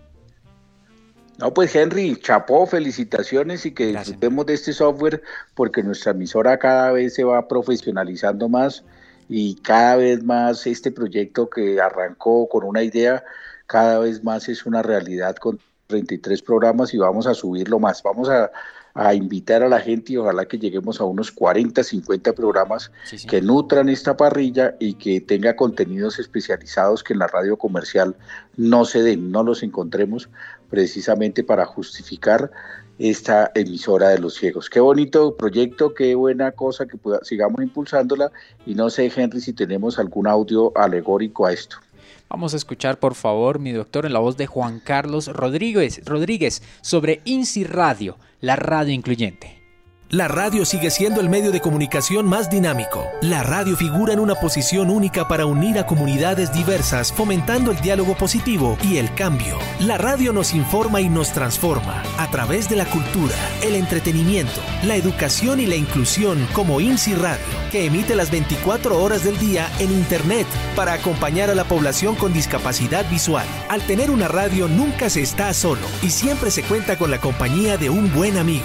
No, pues Henry, chapó, felicitaciones y que Gracias. disfrutemos de este software porque nuestra emisora cada vez se va profesionalizando más y cada vez más este proyecto que arrancó con una idea, cada vez más es una realidad con 33 programas y vamos a subirlo más. Vamos a invitar a la gente y ojalá que lleguemos a unos 40, 50 programas Sí. que nutran esta parrilla y que tenga contenidos especializados que en la radio comercial no se den, no los encontremos, precisamente para justificar esta emisora de los ciegos. Qué bonito proyecto, qué buena cosa que sigamos impulsándola, y no sé, Henry, si tenemos algún audio alegórico a esto. Vamos a escuchar, por favor, mi doctor, en la voz de Juan Carlos Rodríguez sobre INSI Radio, la radio incluyente. La radio sigue siendo el medio de comunicación más dinámico. La radio figura en una posición única para unir a comunidades diversas, fomentando el diálogo positivo y el cambio. La radio nos informa y nos transforma a través de la cultura, el entretenimiento, la educación y la inclusión, como INSI Radio, que emite las 24 horas del día en Internet para acompañar a la población con discapacidad visual. Al tener una radio nunca se está solo y siempre se cuenta con la compañía de un buen amigo.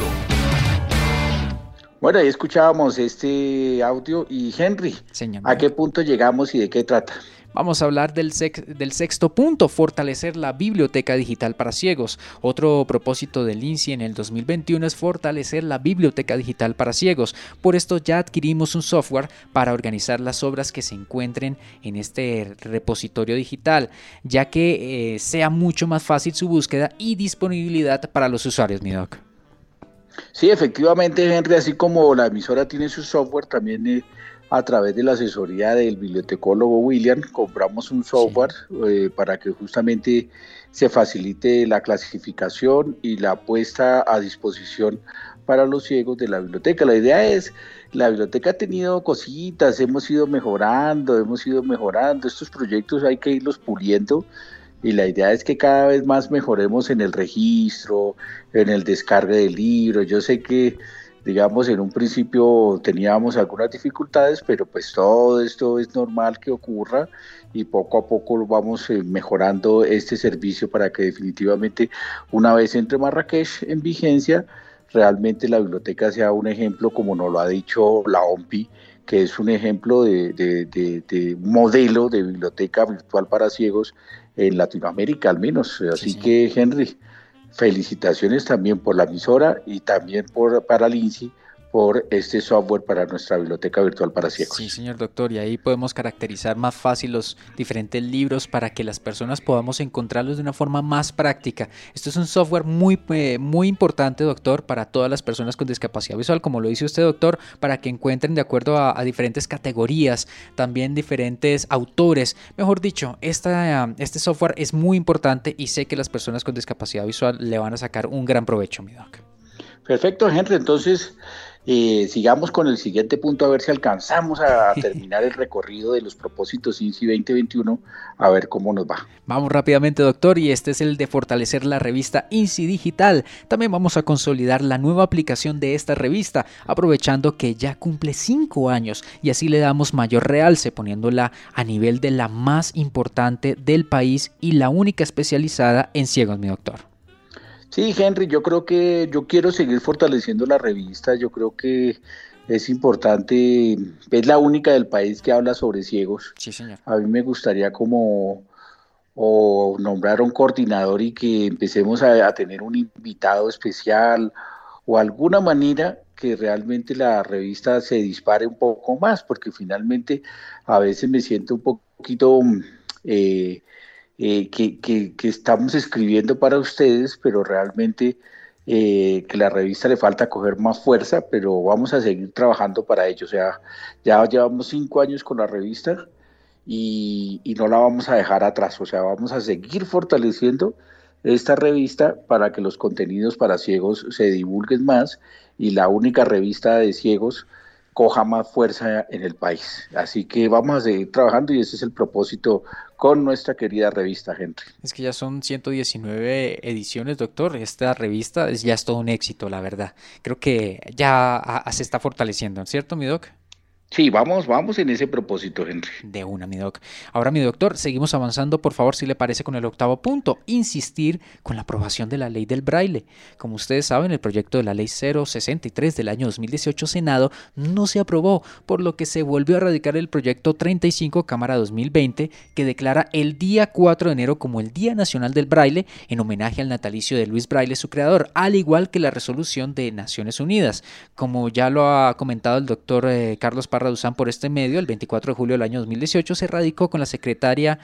Bueno, ahí escuchábamos este audio y Henry, Señor, ¿a qué punto llegamos y de qué trata? vamos a hablar del sexto punto, fortalecer la biblioteca digital para ciegos. Otro propósito del INSI en el 2021 es fortalecer la biblioteca digital para ciegos. Por esto ya adquirimos un software para organizar las obras que se encuentren en este repositorio digital, ya que sea mucho más fácil su búsqueda y disponibilidad para los usuarios, mi doc. Sí, efectivamente, Henry, así como la emisora tiene su software, también a través de la asesoría del bibliotecólogo William, compramos un software para que justamente se facilite la clasificación y la puesta a disposición para los ciegos de la biblioteca. La idea es, la biblioteca ha tenido cositas, hemos ido mejorando, estos proyectos hay que irlos puliendo, y la idea es que cada vez más mejoremos en el registro, en el descargue del libro. Yo sé que, digamos, en un principio teníamos algunas dificultades, pero pues todo esto es normal que ocurra y poco a poco vamos mejorando este servicio para que definitivamente, una vez entre Marrakech en vigencia, realmente la biblioteca sea un ejemplo, como nos lo ha dicho la OMPI, que es un ejemplo de modelo de biblioteca virtual para ciegos en Latinoamérica al menos. Así Sí. que, Henry, felicitaciones también por la emisora y también para el INSI por este software para nuestra biblioteca virtual para ciegos. Sí, señor doctor, y ahí podemos caracterizar más fácil los diferentes libros para que las personas podamos encontrarlos de una forma más práctica. Esto es un software muy importante, doctor, para todas las personas con discapacidad visual, como lo dice usted, doctor, para que encuentren de acuerdo a diferentes categorías, también diferentes autores. Mejor dicho, este software es muy importante y sé que las personas con discapacidad visual le van a sacar un gran provecho, mi doc. Perfecto, Henry. Entonces, Sigamos con el siguiente punto a ver si alcanzamos a terminar el recorrido de los propósitos INSI 2021, a ver cómo nos va. Vamos rápidamente, doctor, y este es el de fortalecer la revista INSI Digital. También vamos a consolidar la nueva aplicación de esta revista, aprovechando que ya cumple 5 años y así le damos mayor realce, poniéndola a nivel de la más importante del país y la única especializada en ciegos, mi doctor. Sí, Henry, yo creo que yo quiero seguir fortaleciendo la revista, yo creo que es importante, es la única del país que habla sobre ciegos. Sí, señor. A mí me gustaría como nombrar un coordinador y que empecemos a tener un invitado especial o alguna manera que realmente la revista se dispare un poco más, porque finalmente a veces me siento un poquito... que estamos escribiendo para ustedes, pero realmente que la revista le falta coger más fuerza, pero vamos a seguir trabajando para ello. O sea, ya llevamos 5 años con la revista y no la vamos a dejar atrás. O sea, vamos a seguir fortaleciendo esta revista para que los contenidos para ciegos se divulguen más y la única revista de ciegos coja más fuerza en el país. Así que vamos a seguir trabajando y ese es el propósito con nuestra querida revista, Henry. Es que ya son 119 ediciones, doctor. Esta revista ya es todo un éxito, la verdad. Creo que ya se está fortaleciendo, ¿cierto, mi doc? Sí, vamos en ese propósito, Henry. De una, mi doc. Ahora, mi doctor, seguimos avanzando, por favor, si le parece, con el 8º punto, insistir con la aprobación de la ley del braille. Como ustedes saben, el proyecto de la ley 063 del año 2018 Senado no se aprobó, por lo que se volvió a radicar el proyecto 35 Cámara 2020, que declara el día 4 de enero como el Día Nacional del Braille, en homenaje al natalicio de Luis Braille, su creador, al igual que la resolución de Naciones Unidas. Como ya lo ha comentado el doctor Carlos Parra Duzán por este medio, el 24 de julio del año 2018 se radicó con la Secretaría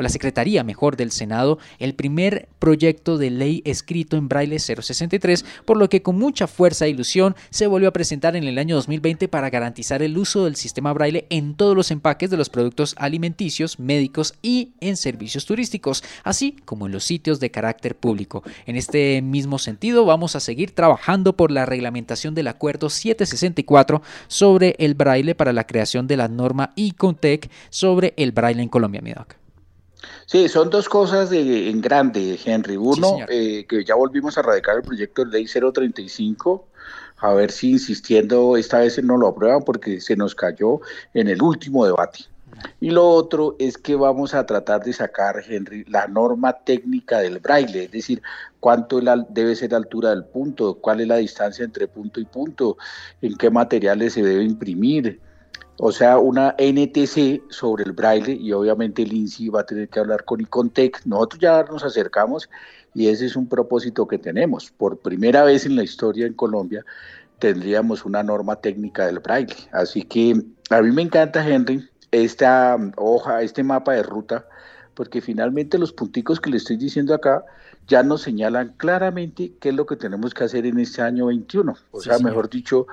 del Senado el primer proyecto de ley escrito en braille 063, por lo que con mucha fuerza e ilusión se volvió a presentar en el año 2020 para garantizar el uso del sistema braille en todos los empaques de los productos alimenticios, médicos y en servicios turísticos, así como en los sitios de carácter público. En este mismo sentido, vamos a seguir trabajando por la reglamentación del Acuerdo 764 sobre el braille para la creación de la norma ICONTEC sobre el braille en Colombia, mi doc. Sí, son dos cosas en grande, Henry. Uno, sí, que ya volvimos a radicar el proyecto de ley 035, a ver si insistiendo esta vez no lo aprueban porque se nos cayó en el último debate. Y lo otro es que vamos a tratar de sacar, Henry, la norma técnica del braille, es decir, cuánto debe ser la altura del punto, cuál es la distancia entre punto y punto, en qué materiales se debe imprimir. O sea, una NTC sobre el braille y obviamente el INSI va a tener que hablar con ICONTEC. Nosotros ya nos acercamos y ese es un propósito que tenemos. Por primera vez en la historia en Colombia tendríamos una norma técnica del braille. Así que a mí me encanta, Henry, esta hoja, este mapa de ruta, porque finalmente los punticos que le estoy diciendo acá ya nos señalan claramente qué es lo que tenemos que hacer en este año 21. O sea, señor, mejor dicho,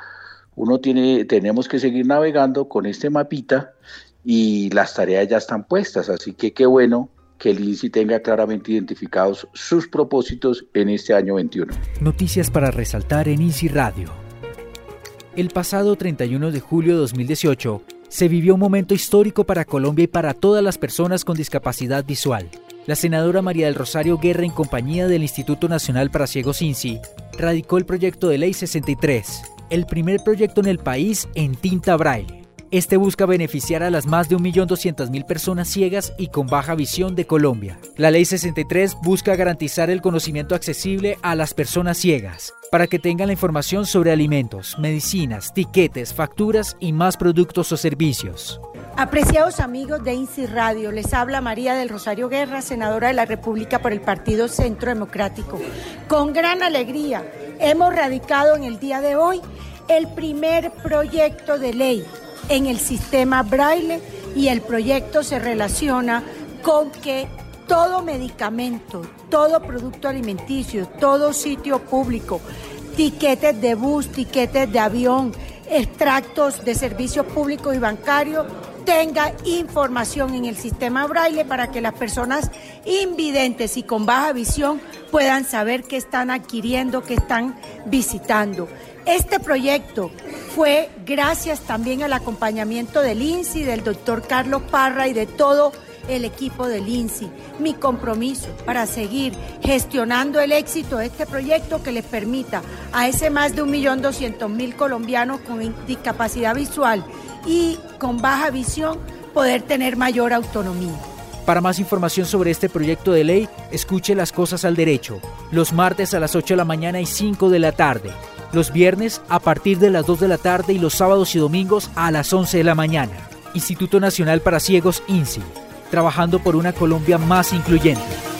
tenemos que seguir navegando con este mapita y las tareas ya están puestas, así que qué bueno que el INSI tenga claramente identificados sus propósitos en este año 21. Noticias para resaltar en INSI Radio. El pasado 31 de julio de 2018 se vivió un momento histórico para Colombia y para todas las personas con discapacidad visual. La senadora María del Rosario Guerra, en compañía del Instituto Nacional para Ciegos INSI, radicó el proyecto de ley 63, el primer proyecto en el país en tinta braille. Este busca beneficiar a las más de 1.200.000 personas ciegas y con baja visión de Colombia. La Ley 63 busca garantizar el conocimiento accesible a las personas ciegas, para que tengan la información sobre alimentos, medicinas, tiquetes, facturas y más productos o servicios. Apreciados amigos de INSI Radio, les habla María del Rosario Guerra, senadora de la República por el Partido Centro Democrático. Con gran alegría hemos radicado en el día de hoy el primer proyecto de ley en el sistema braille y el proyecto se relaciona con que todo medicamento, todo producto alimenticio, todo sitio público, tiquetes de bus, tiquetes de avión, extractos de servicio público y bancario, tenga información en el sistema braille para que las personas invidentes y con baja visión puedan saber qué están adquiriendo, qué están visitando. Este proyecto fue gracias también al acompañamiento del INSI, del doctor Carlos Parra y de todo el equipo del INSI. Mi compromiso para seguir gestionando el éxito de este proyecto que les permita a ese más de 1.200.000 colombianos con discapacidad visual y con baja visión poder tener mayor autonomía. Para más información sobre este proyecto de ley, escuche Las Cosas al Derecho, los martes a las 8 de la mañana y 5 de la tarde, los viernes a partir de las 2 de la tarde y los sábados y domingos a las 11 de la mañana. Instituto Nacional para Ciegos, INSI, trabajando por una Colombia más incluyente.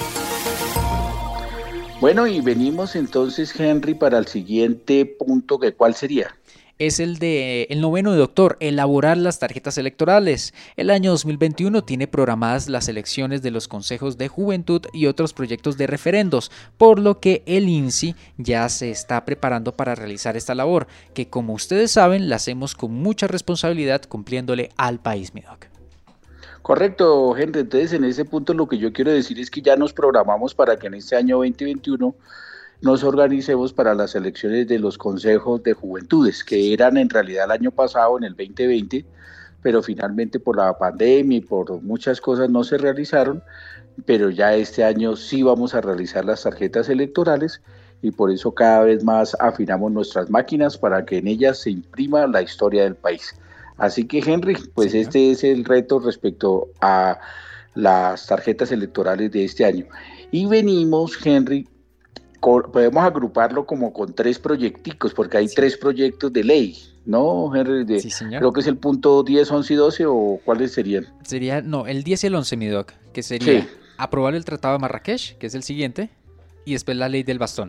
Bueno, y venimos entonces, Henry, para el siguiente punto, ¿cuál sería? Es el noveno de doctor, elaborar las tarjetas electorales. El año 2021 tiene programadas las elecciones de los consejos de juventud y otros proyectos de referendos, por lo que el INSI ya se está preparando para realizar esta labor, que como ustedes saben, la hacemos con mucha responsabilidad cumpliéndole al país, mi doc. Correcto, Henry. Entonces, en ese punto lo que yo quiero decir es que ya nos programamos para que en este año 2021 nos organicemos para las elecciones de los consejos de juventudes, que eran en realidad el año pasado, en el 2020, pero finalmente por la pandemia y por muchas cosas no se realizaron, pero ya este año sí vamos a realizar las tarjetas electorales y por eso cada vez más afinamos nuestras máquinas para que en ellas se imprima la historia del país. Así que, Henry, pues sí, este es el reto respecto a las tarjetas electorales de este año. Y venimos, Henry, podemos agruparlo como con 3 proyecticos, porque hay 3 proyectos de ley, ¿no, Henry? Sí, señor. Creo que es el punto 10, 11 y 12, ¿o cuáles serían? El 10 y el 11, mi doc, que sería aprobar el Tratado de Marrakech, que es el siguiente, y después la ley del bastón.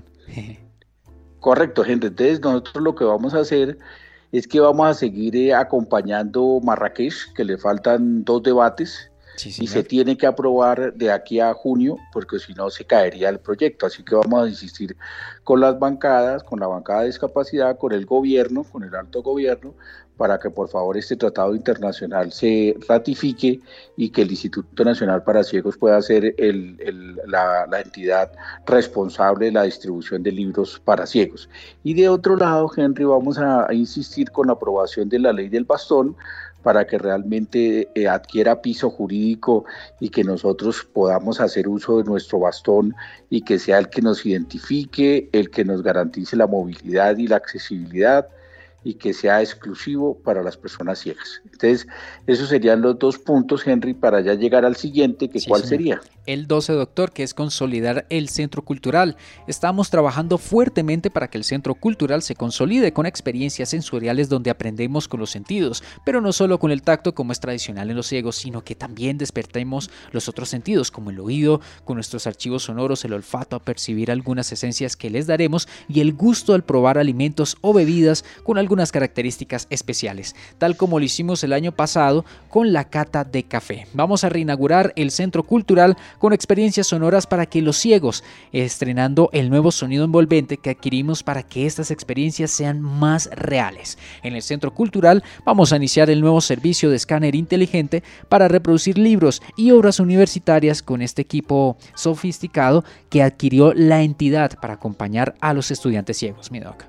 Correcto, Henry. Entonces nosotros lo que vamos a hacer es que vamos a seguir acompañando Marrakech, que le faltan 2 debates, y se tiene que aprobar de aquí a junio, porque si no se caería el proyecto. Así que vamos a insistir con las bancadas, con la bancada de discapacidad, con el gobierno, con el alto gobierno, para que por favor este tratado internacional se ratifique y que el Instituto Nacional para Ciegos pueda ser la entidad responsable de la distribución de libros para ciegos. Y de otro lado, Henry, vamos a insistir con la aprobación de la ley del bastón, para que realmente adquiera piso jurídico y que nosotros podamos hacer uso de nuestro bastón y que sea el que nos identifique, el que nos garantice la movilidad y la accesibilidad y que sea exclusivo para las personas ciegas. Entonces, esos serían los 2 puntos, Henry, para ya llegar al siguiente, que ¿cuál sería? El 12, doctor, que es consolidar el Centro Cultural. Estamos trabajando fuertemente para que el Centro Cultural se consolide con experiencias sensoriales donde aprendemos con los sentidos, pero no solo con el tacto como es tradicional en los ciegos, sino que también despertemos los otros sentidos, como el oído, con nuestros archivos sonoros, el olfato a percibir algunas esencias que les daremos y el gusto al probar alimentos o bebidas con algunas características especiales, tal como lo hicimos el año pasado con la cata de café. Vamos a reinaugurar el Centro Cultural con experiencias sonoras para que los ciegos, estrenando el nuevo sonido envolvente que adquirimos para que estas experiencias sean más reales. En el Centro Cultural vamos a iniciar el nuevo servicio de escáner inteligente para reproducir libros y obras universitarias con este equipo sofisticado que adquirió la entidad para acompañar a los estudiantes ciegos, mi doc.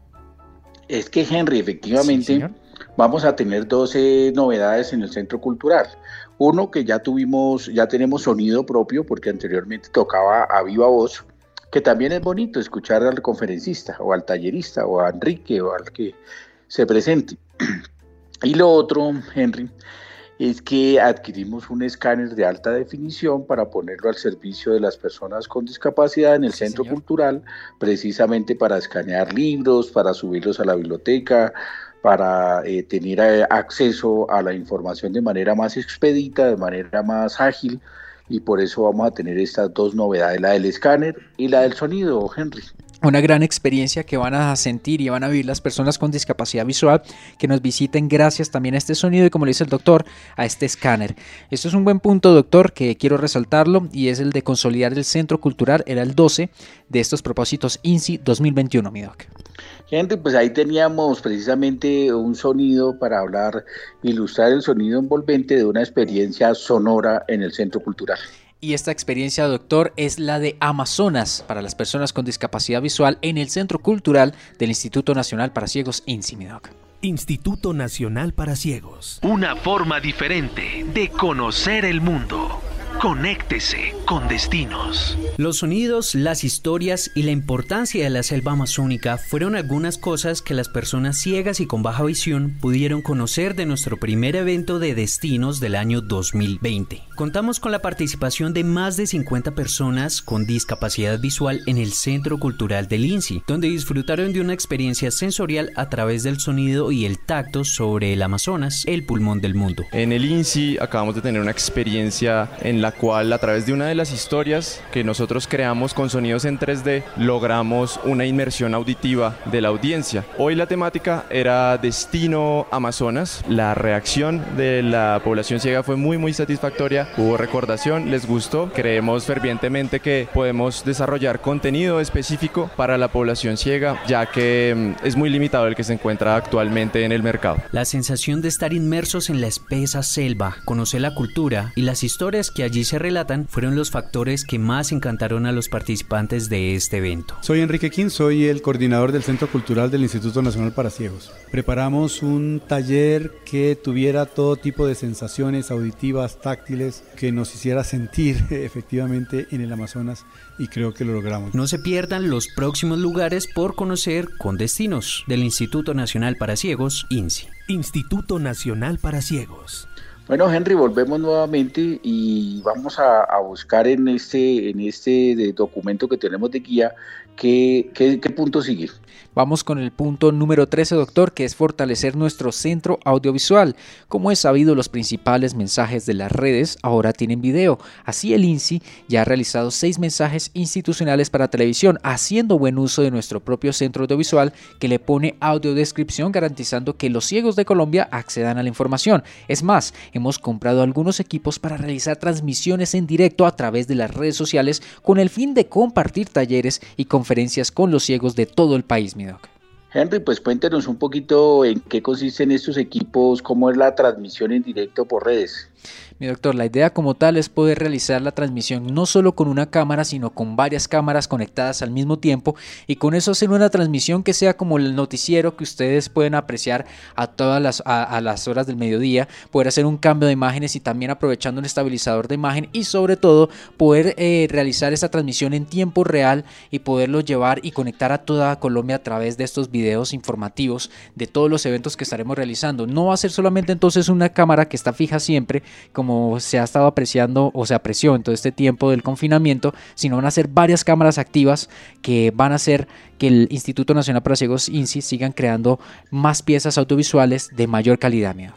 Es que, Henry, efectivamente, vamos a tener 12 novedades en el Centro Cultural. Uno, que ya tenemos sonido propio, porque anteriormente tocaba a viva voz, que también es bonito escuchar al conferencista, o al tallerista, o a Enrique, o al que se presente. Y lo otro, Henry, es que adquirimos un escáner de alta definición para ponerlo al servicio de las personas con discapacidad en el Centro Cultural, precisamente para escanear libros, para subirlos a la biblioteca, para tener acceso a la información de manera más expedita, de manera más ágil, y por eso vamos a tener estas 2 novedades, la del escáner y la del sonido, Henry. Una gran experiencia que van a sentir y van a vivir las personas con discapacidad visual que nos visiten gracias también a este sonido y, como le dice el doctor, a este escáner. Esto es un buen punto, doctor, que quiero resaltarlo, y es el de consolidar el Centro Cultural. Era el 12 de estos propósitos INSI 2021, mi doc. Gente, pues ahí teníamos precisamente un sonido para ilustrar el sonido envolvente de una experiencia sonora en el Centro Cultural. Y esta experiencia, doctor, es la de Amazonas para las personas con discapacidad visual en el Centro Cultural del Instituto Nacional para Ciegos, INSI, mi doc. Instituto Nacional para Ciegos. Una forma diferente de conocer el mundo. Conéctese con Destinos. Los sonidos, las historias y la importancia de la selva amazónica fueron algunas cosas que las personas ciegas y con baja visión pudieron conocer de nuestro primer evento de Destinos del año 2020. Contamos con la participación de más de 50 personas con discapacidad visual en el Centro Cultural del INSI, donde disfrutaron de una experiencia sensorial a través del sonido y el tacto sobre el Amazonas, el pulmón del mundo. En el INSI acabamos de tener una experiencia en la cual, a través de una de las historias que nosotros creamos con sonidos en 3D, logramos una inmersión auditiva de la audiencia. Hoy la temática era Destino Amazonas. La reacción de la población ciega fue muy satisfactoria. Hubo recordación, les gustó. Creemos fervientemente que podemos desarrollar contenido específico para la población ciega, ya que es muy limitado el que se encuentra actualmente en el mercado. La sensación de estar inmersos en la espesa selva, conocer la cultura y las historias que allí se relatan fueron los factores que más encantaron a los participantes de este evento. Soy Enrique Quín, soy el coordinador del Centro Cultural del Instituto Nacional para Ciegos. Preparamos un taller que tuviera todo tipo de sensaciones auditivas, táctiles, que nos hiciera sentir efectivamente en el Amazonas, y creo que lo logramos. No se pierdan los próximos lugares por conocer con Destinos del Instituto Nacional para Ciegos, INSI. Instituto Nacional para Ciegos. Bueno, Henry, volvemos nuevamente y vamos a buscar en este documento que tenemos de guía qué punto sigue. Vamos con el punto número 13, doctor, que es fortalecer nuestro centro audiovisual. Como es sabido, los principales mensajes de las redes ahora tienen video. Así el INSI ya ha realizado 6 mensajes institucionales para televisión, haciendo buen uso de nuestro propio centro audiovisual que le pone audiodescripción, garantizando que los ciegos de Colombia accedan a la información. Es más, hemos comprado algunos equipos para realizar transmisiones en directo a través de las redes sociales con el fin de compartir talleres y conferencias con los ciegos de todo el país, mi doc. Henry, pues cuéntenos un poquito en qué consisten estos equipos, cómo es la transmisión en directo por redes. Mi doctor, la idea como tal es poder realizar la transmisión no solo con una cámara, sino con varias cámaras conectadas al mismo tiempo, y con eso hacer una transmisión que sea como el noticiero que ustedes pueden apreciar a todas las horas del mediodía, poder hacer un cambio de imágenes y también aprovechando un estabilizador de imagen, y sobre todo poder realizar esa transmisión en tiempo real y poderlo llevar y conectar a toda Colombia a través de estos videos informativos de todos los eventos que estaremos realizando. No va a ser solamente entonces una cámara que está fija siempre, como se ha estado apreciando o se apreció en todo este tiempo del confinamiento, sino van a ser varias cámaras activas que van a hacer que el Instituto Nacional para Ciegos, INSI, sigan creando más piezas audiovisuales de mayor calidad, mi doc.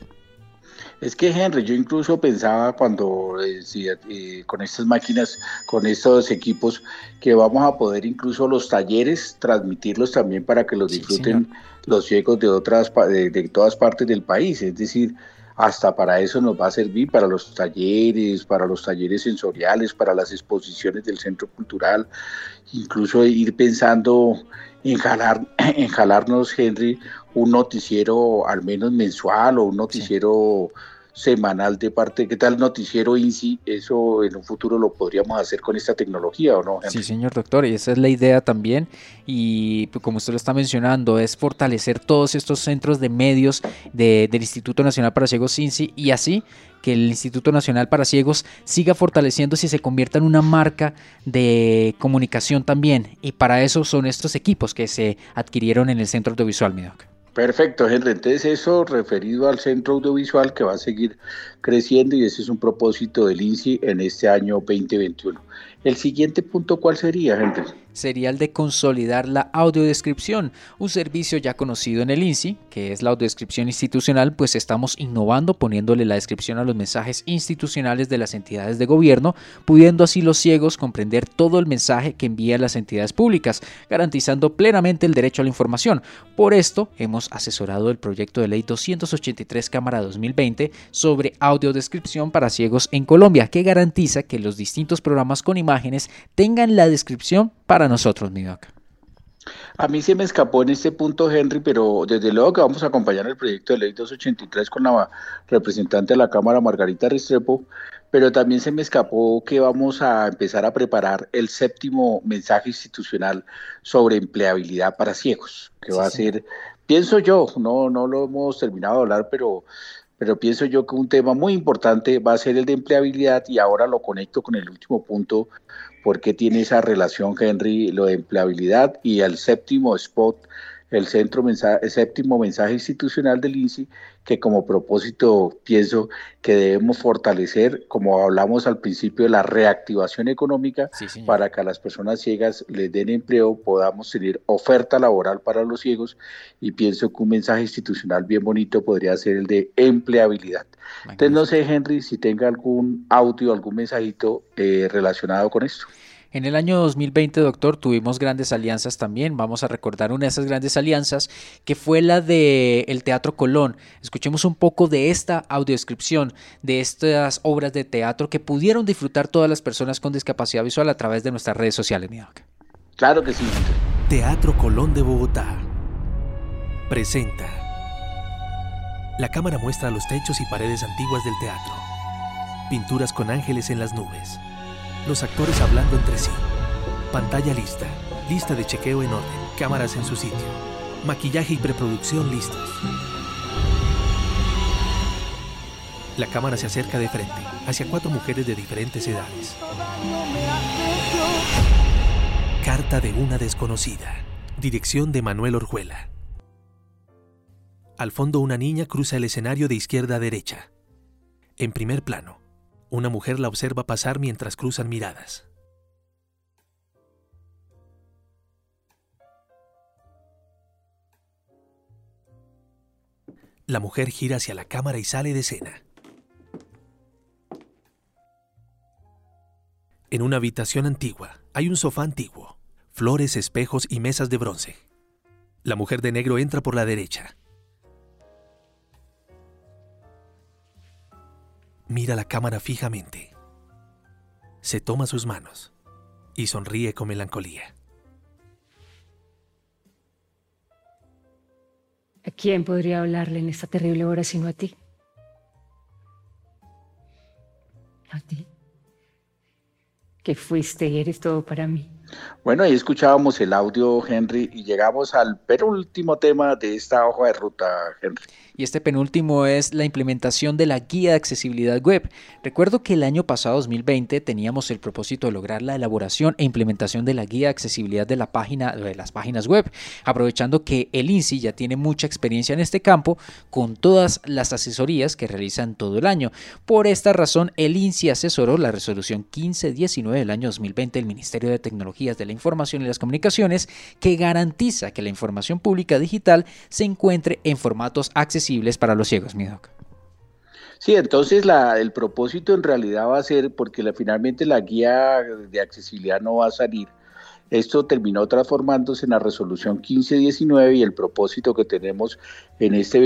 Es que, Henry, yo incluso pensaba cuando con estas máquinas, con estos equipos, que vamos a poder incluso los talleres transmitirlos también para que los disfruten los ciegos de todas partes del país. Es decir, hasta para eso nos va a servir, para los talleres sensoriales, para las exposiciones del centro cultural, incluso ir pensando en jalarnos, Henry, un noticiero al menos mensual o un noticiero semanal de parte. ¿Qué tal noticiero INSI? Eso en un futuro lo podríamos hacer con esta tecnología, ¿o no, Henry? Sí, señor doctor, y esa es la idea también, y como usted lo está mencionando, es fortalecer todos estos centros de medios del Instituto Nacional para Ciegos, INSI, y así que el Instituto Nacional para Ciegos siga fortaleciéndose y se convierta en una marca de comunicación también, y para eso son estos equipos que se adquirieron en el Centro Audiovisual, mi doc. Perfecto, Henry. Entonces eso referido al centro audiovisual que va a seguir creciendo, y ese es un propósito del INSI en este año 2021. El siguiente punto, ¿cuál sería, Henry? Sería el de consolidar la audiodescripción, un servicio ya conocido en el INSI, que es la audiodescripción institucional, pues estamos innovando poniéndole la descripción a los mensajes institucionales de las entidades de gobierno, pudiendo así los ciegos comprender todo el mensaje que envían las entidades públicas, garantizando plenamente el derecho a la información. Por esto, hemos asesorado el proyecto de ley 283 Cámara 2020 sobre audiodescripción para ciegos en Colombia, que garantiza que los distintos programas con imágenes tengan la descripción para nosotros, mi doc. A mí se me escapó en este punto, Henry, pero desde luego que vamos a acompañar el proyecto de ley 283 con la representante de la Cámara, Margarita Restrepo, pero también se me escapó que vamos a empezar a preparar el 7º mensaje institucional sobre empleabilidad para ciegos, que va a ser, pienso yo, no lo hemos terminado de hablar, pero pienso yo que un tema muy importante va a ser el de empleabilidad, y ahora lo conecto con el último punto, porque tiene esa relación, Henry, lo de empleabilidad y el 7º spot, el 7º mensaje institucional del INSI, que como propósito pienso que debemos fortalecer, como hablamos al principio, de la reactivación económica, para que a las personas ciegas les den empleo, podamos tener oferta laboral para los ciegos, y pienso que un mensaje institucional bien bonito podría ser el de empleabilidad. Entonces no sé, Henry, si tenga algún audio, algún mensajito relacionado con esto. En el año 2020, doctor, tuvimos grandes alianzas también. Vamos a recordar una de esas grandes alianzas, que fue la del Teatro Colón. Escuchemos un poco de esta audiodescripción de estas obras de teatro que pudieron disfrutar todas las personas con discapacidad visual a través de nuestras redes sociales, mi doc. Claro que sí. Teatro Colón de Bogotá presenta. La cámara muestra los techos y paredes antiguas del teatro. Pinturas con ángeles en las nubes. Los actores hablando entre sí. Pantalla lista. Lista de chequeo en orden. Cámaras en su sitio. Maquillaje y preproducción listos. La cámara se acerca de frente, hacia 4 mujeres de diferentes edades. Carta de una desconocida. Dirección de Manuel Orjuela. Al fondo, una niña cruza el escenario de izquierda a derecha. En primer plano, una mujer la observa pasar mientras cruzan miradas. La mujer gira hacia la cámara y sale de escena. En una habitación antigua, hay un sofá antiguo, flores, espejos y mesas de bronce. La mujer de negro entra por la derecha. Mira la cámara fijamente. Se toma sus manos y sonríe con melancolía. ¿A quién podría hablarle en esta terrible hora sino a ti? A ti, que fuiste y eres todo para mí. Bueno, ahí escuchábamos el audio, Henry, y llegamos al penúltimo tema de esta hoja de ruta, Henry. Y este penúltimo es la implementación de la guía de accesibilidad web. Recuerdo que el año pasado, 2020, teníamos el propósito de lograr la elaboración e implementación de la guía de accesibilidad de las páginas web, aprovechando que el INSI ya tiene mucha experiencia en este campo, con todas las asesorías que realizan todo el año. Por esta razón, el INSI asesoró la resolución 1519 del año 2020 del Ministerio de Tecnologías de la Información y las Comunicaciones, que garantiza que la información pública digital se encuentre en formatos accesibles para los ciegos, mi doc. Sí, entonces el propósito en realidad va a ser, porque finalmente la guía de accesibilidad no va a salir. Esto terminó transformándose en la resolución 1519, y el propósito que tenemos en este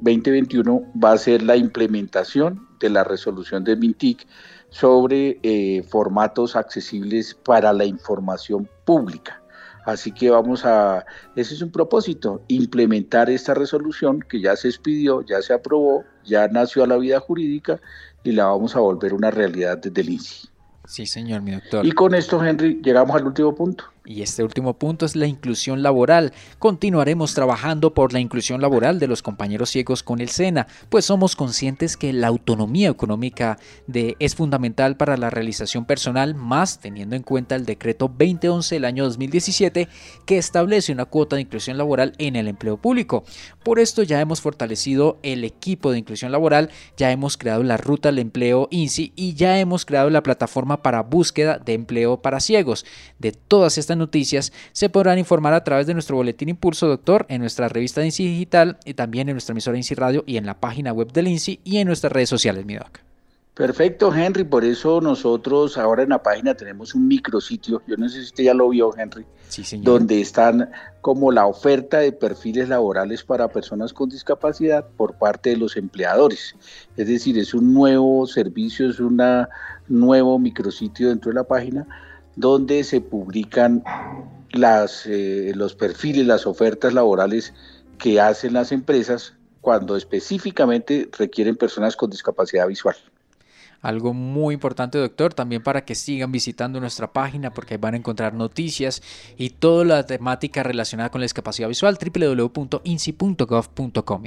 2021 va a ser la implementación de la resolución de MINTIC sobre formatos accesibles para la información pública. Así que ese es un propósito, implementar esta resolución que ya se expidió, ya se aprobó, ya nació a la vida jurídica, y la vamos a volver una realidad desde el INSI. Sí, señor, mi doctor. Y con esto, Henry, llegamos al último punto. Y este último punto es la inclusión laboral. Continuaremos trabajando por la inclusión laboral de los compañeros ciegos con el SENA, pues somos conscientes que la autonomía económica es fundamental para la realización personal, más teniendo en cuenta el decreto 2011 del año 2017, que establece una cuota de inclusión laboral en el empleo público. Por esto ya hemos fortalecido el equipo de inclusión laboral, ya hemos creado la ruta del empleo INSI y ya hemos creado la plataforma para búsqueda de empleo para ciegos. De todas estas noticias se podrán informar a través de nuestro boletín Impulso, doctor, en nuestra revista de INSI Digital, y también en nuestra emisora INSI Radio, y en la página web del INSI y en nuestras redes sociales, mi doc. Perfecto, Henry, por eso nosotros ahora en la página tenemos un micrositio, yo no sé si usted ya lo vio, Henry, sí, señor, donde están como la oferta de perfiles laborales para personas con discapacidad por parte de los empleadores. Es decir, es un nuevo servicio, es un nuevo micrositio dentro de la página, donde se publican los perfiles, las ofertas laborales que hacen las empresas cuando específicamente requieren personas con discapacidad visual. Algo muy importante, doctor, también para que sigan visitando nuestra página, porque ahí van a encontrar noticias y toda la temática relacionada con la discapacidad visual, www.insi.gov.co.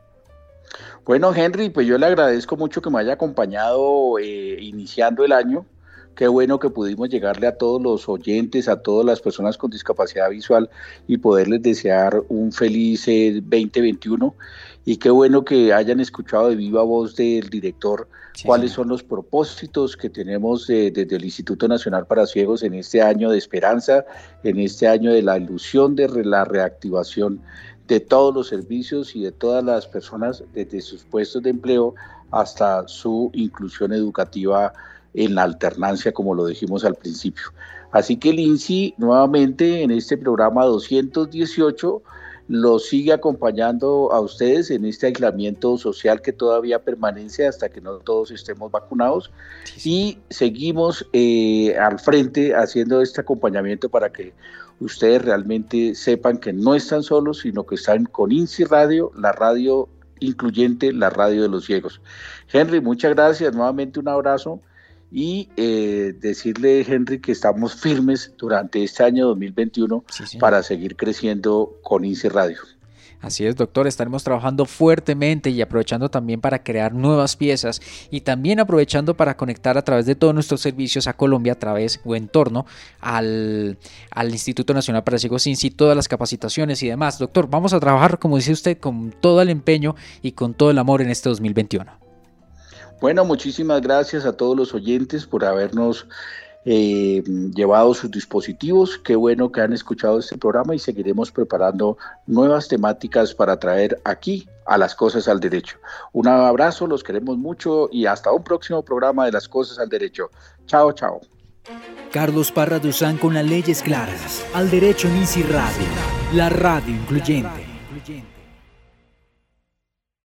Bueno, Henry, pues yo le agradezco mucho que me haya acompañado iniciando el año. Qué bueno que pudimos llegarle a todos los oyentes, a todas las personas con discapacidad visual y poderles desear un feliz 2021. Y qué bueno que hayan escuchado de viva voz del director cuáles son los propósitos que tenemos desde el Instituto Nacional para Ciegos en este año de esperanza, en este año de la ilusión de la reactivación de todos los servicios y de todas las personas, desde sus puestos de empleo hasta su inclusión educativa en la alternancia, como lo dijimos al principio. Así que el INSI nuevamente en este programa 218 los sigue acompañando a ustedes en este aislamiento social que todavía permanece hasta que no todos estemos vacunados, y seguimos al frente haciendo este acompañamiento para que ustedes realmente sepan que no están solos, sino que están con INSI Radio, la radio incluyente, la radio de los ciegos. Henry, muchas gracias, nuevamente un abrazo. Y decirle, Henry, que estamos firmes durante este año 2021 para seguir creciendo con INSI Radio. Así es, doctor, estaremos trabajando fuertemente y aprovechando también para crear nuevas piezas y también aprovechando para conectar a través de todos nuestros servicios a Colombia a través o en torno al Instituto Nacional para Ciegos INSI, todas las capacitaciones y demás. Doctor, vamos a trabajar, como dice usted, con todo el empeño y con todo el amor en este 2021. Bueno, muchísimas gracias a todos los oyentes por habernos llevado sus dispositivos. Qué bueno que han escuchado este programa y seguiremos preparando nuevas temáticas para traer aquí a Las Cosas al Derecho. Un abrazo, los queremos mucho y hasta un próximo programa de Las Cosas al Derecho. Chao, chao. Carlos Parra Duzán con las leyes claras. Al derecho en INSI Radio, la radio incluyente.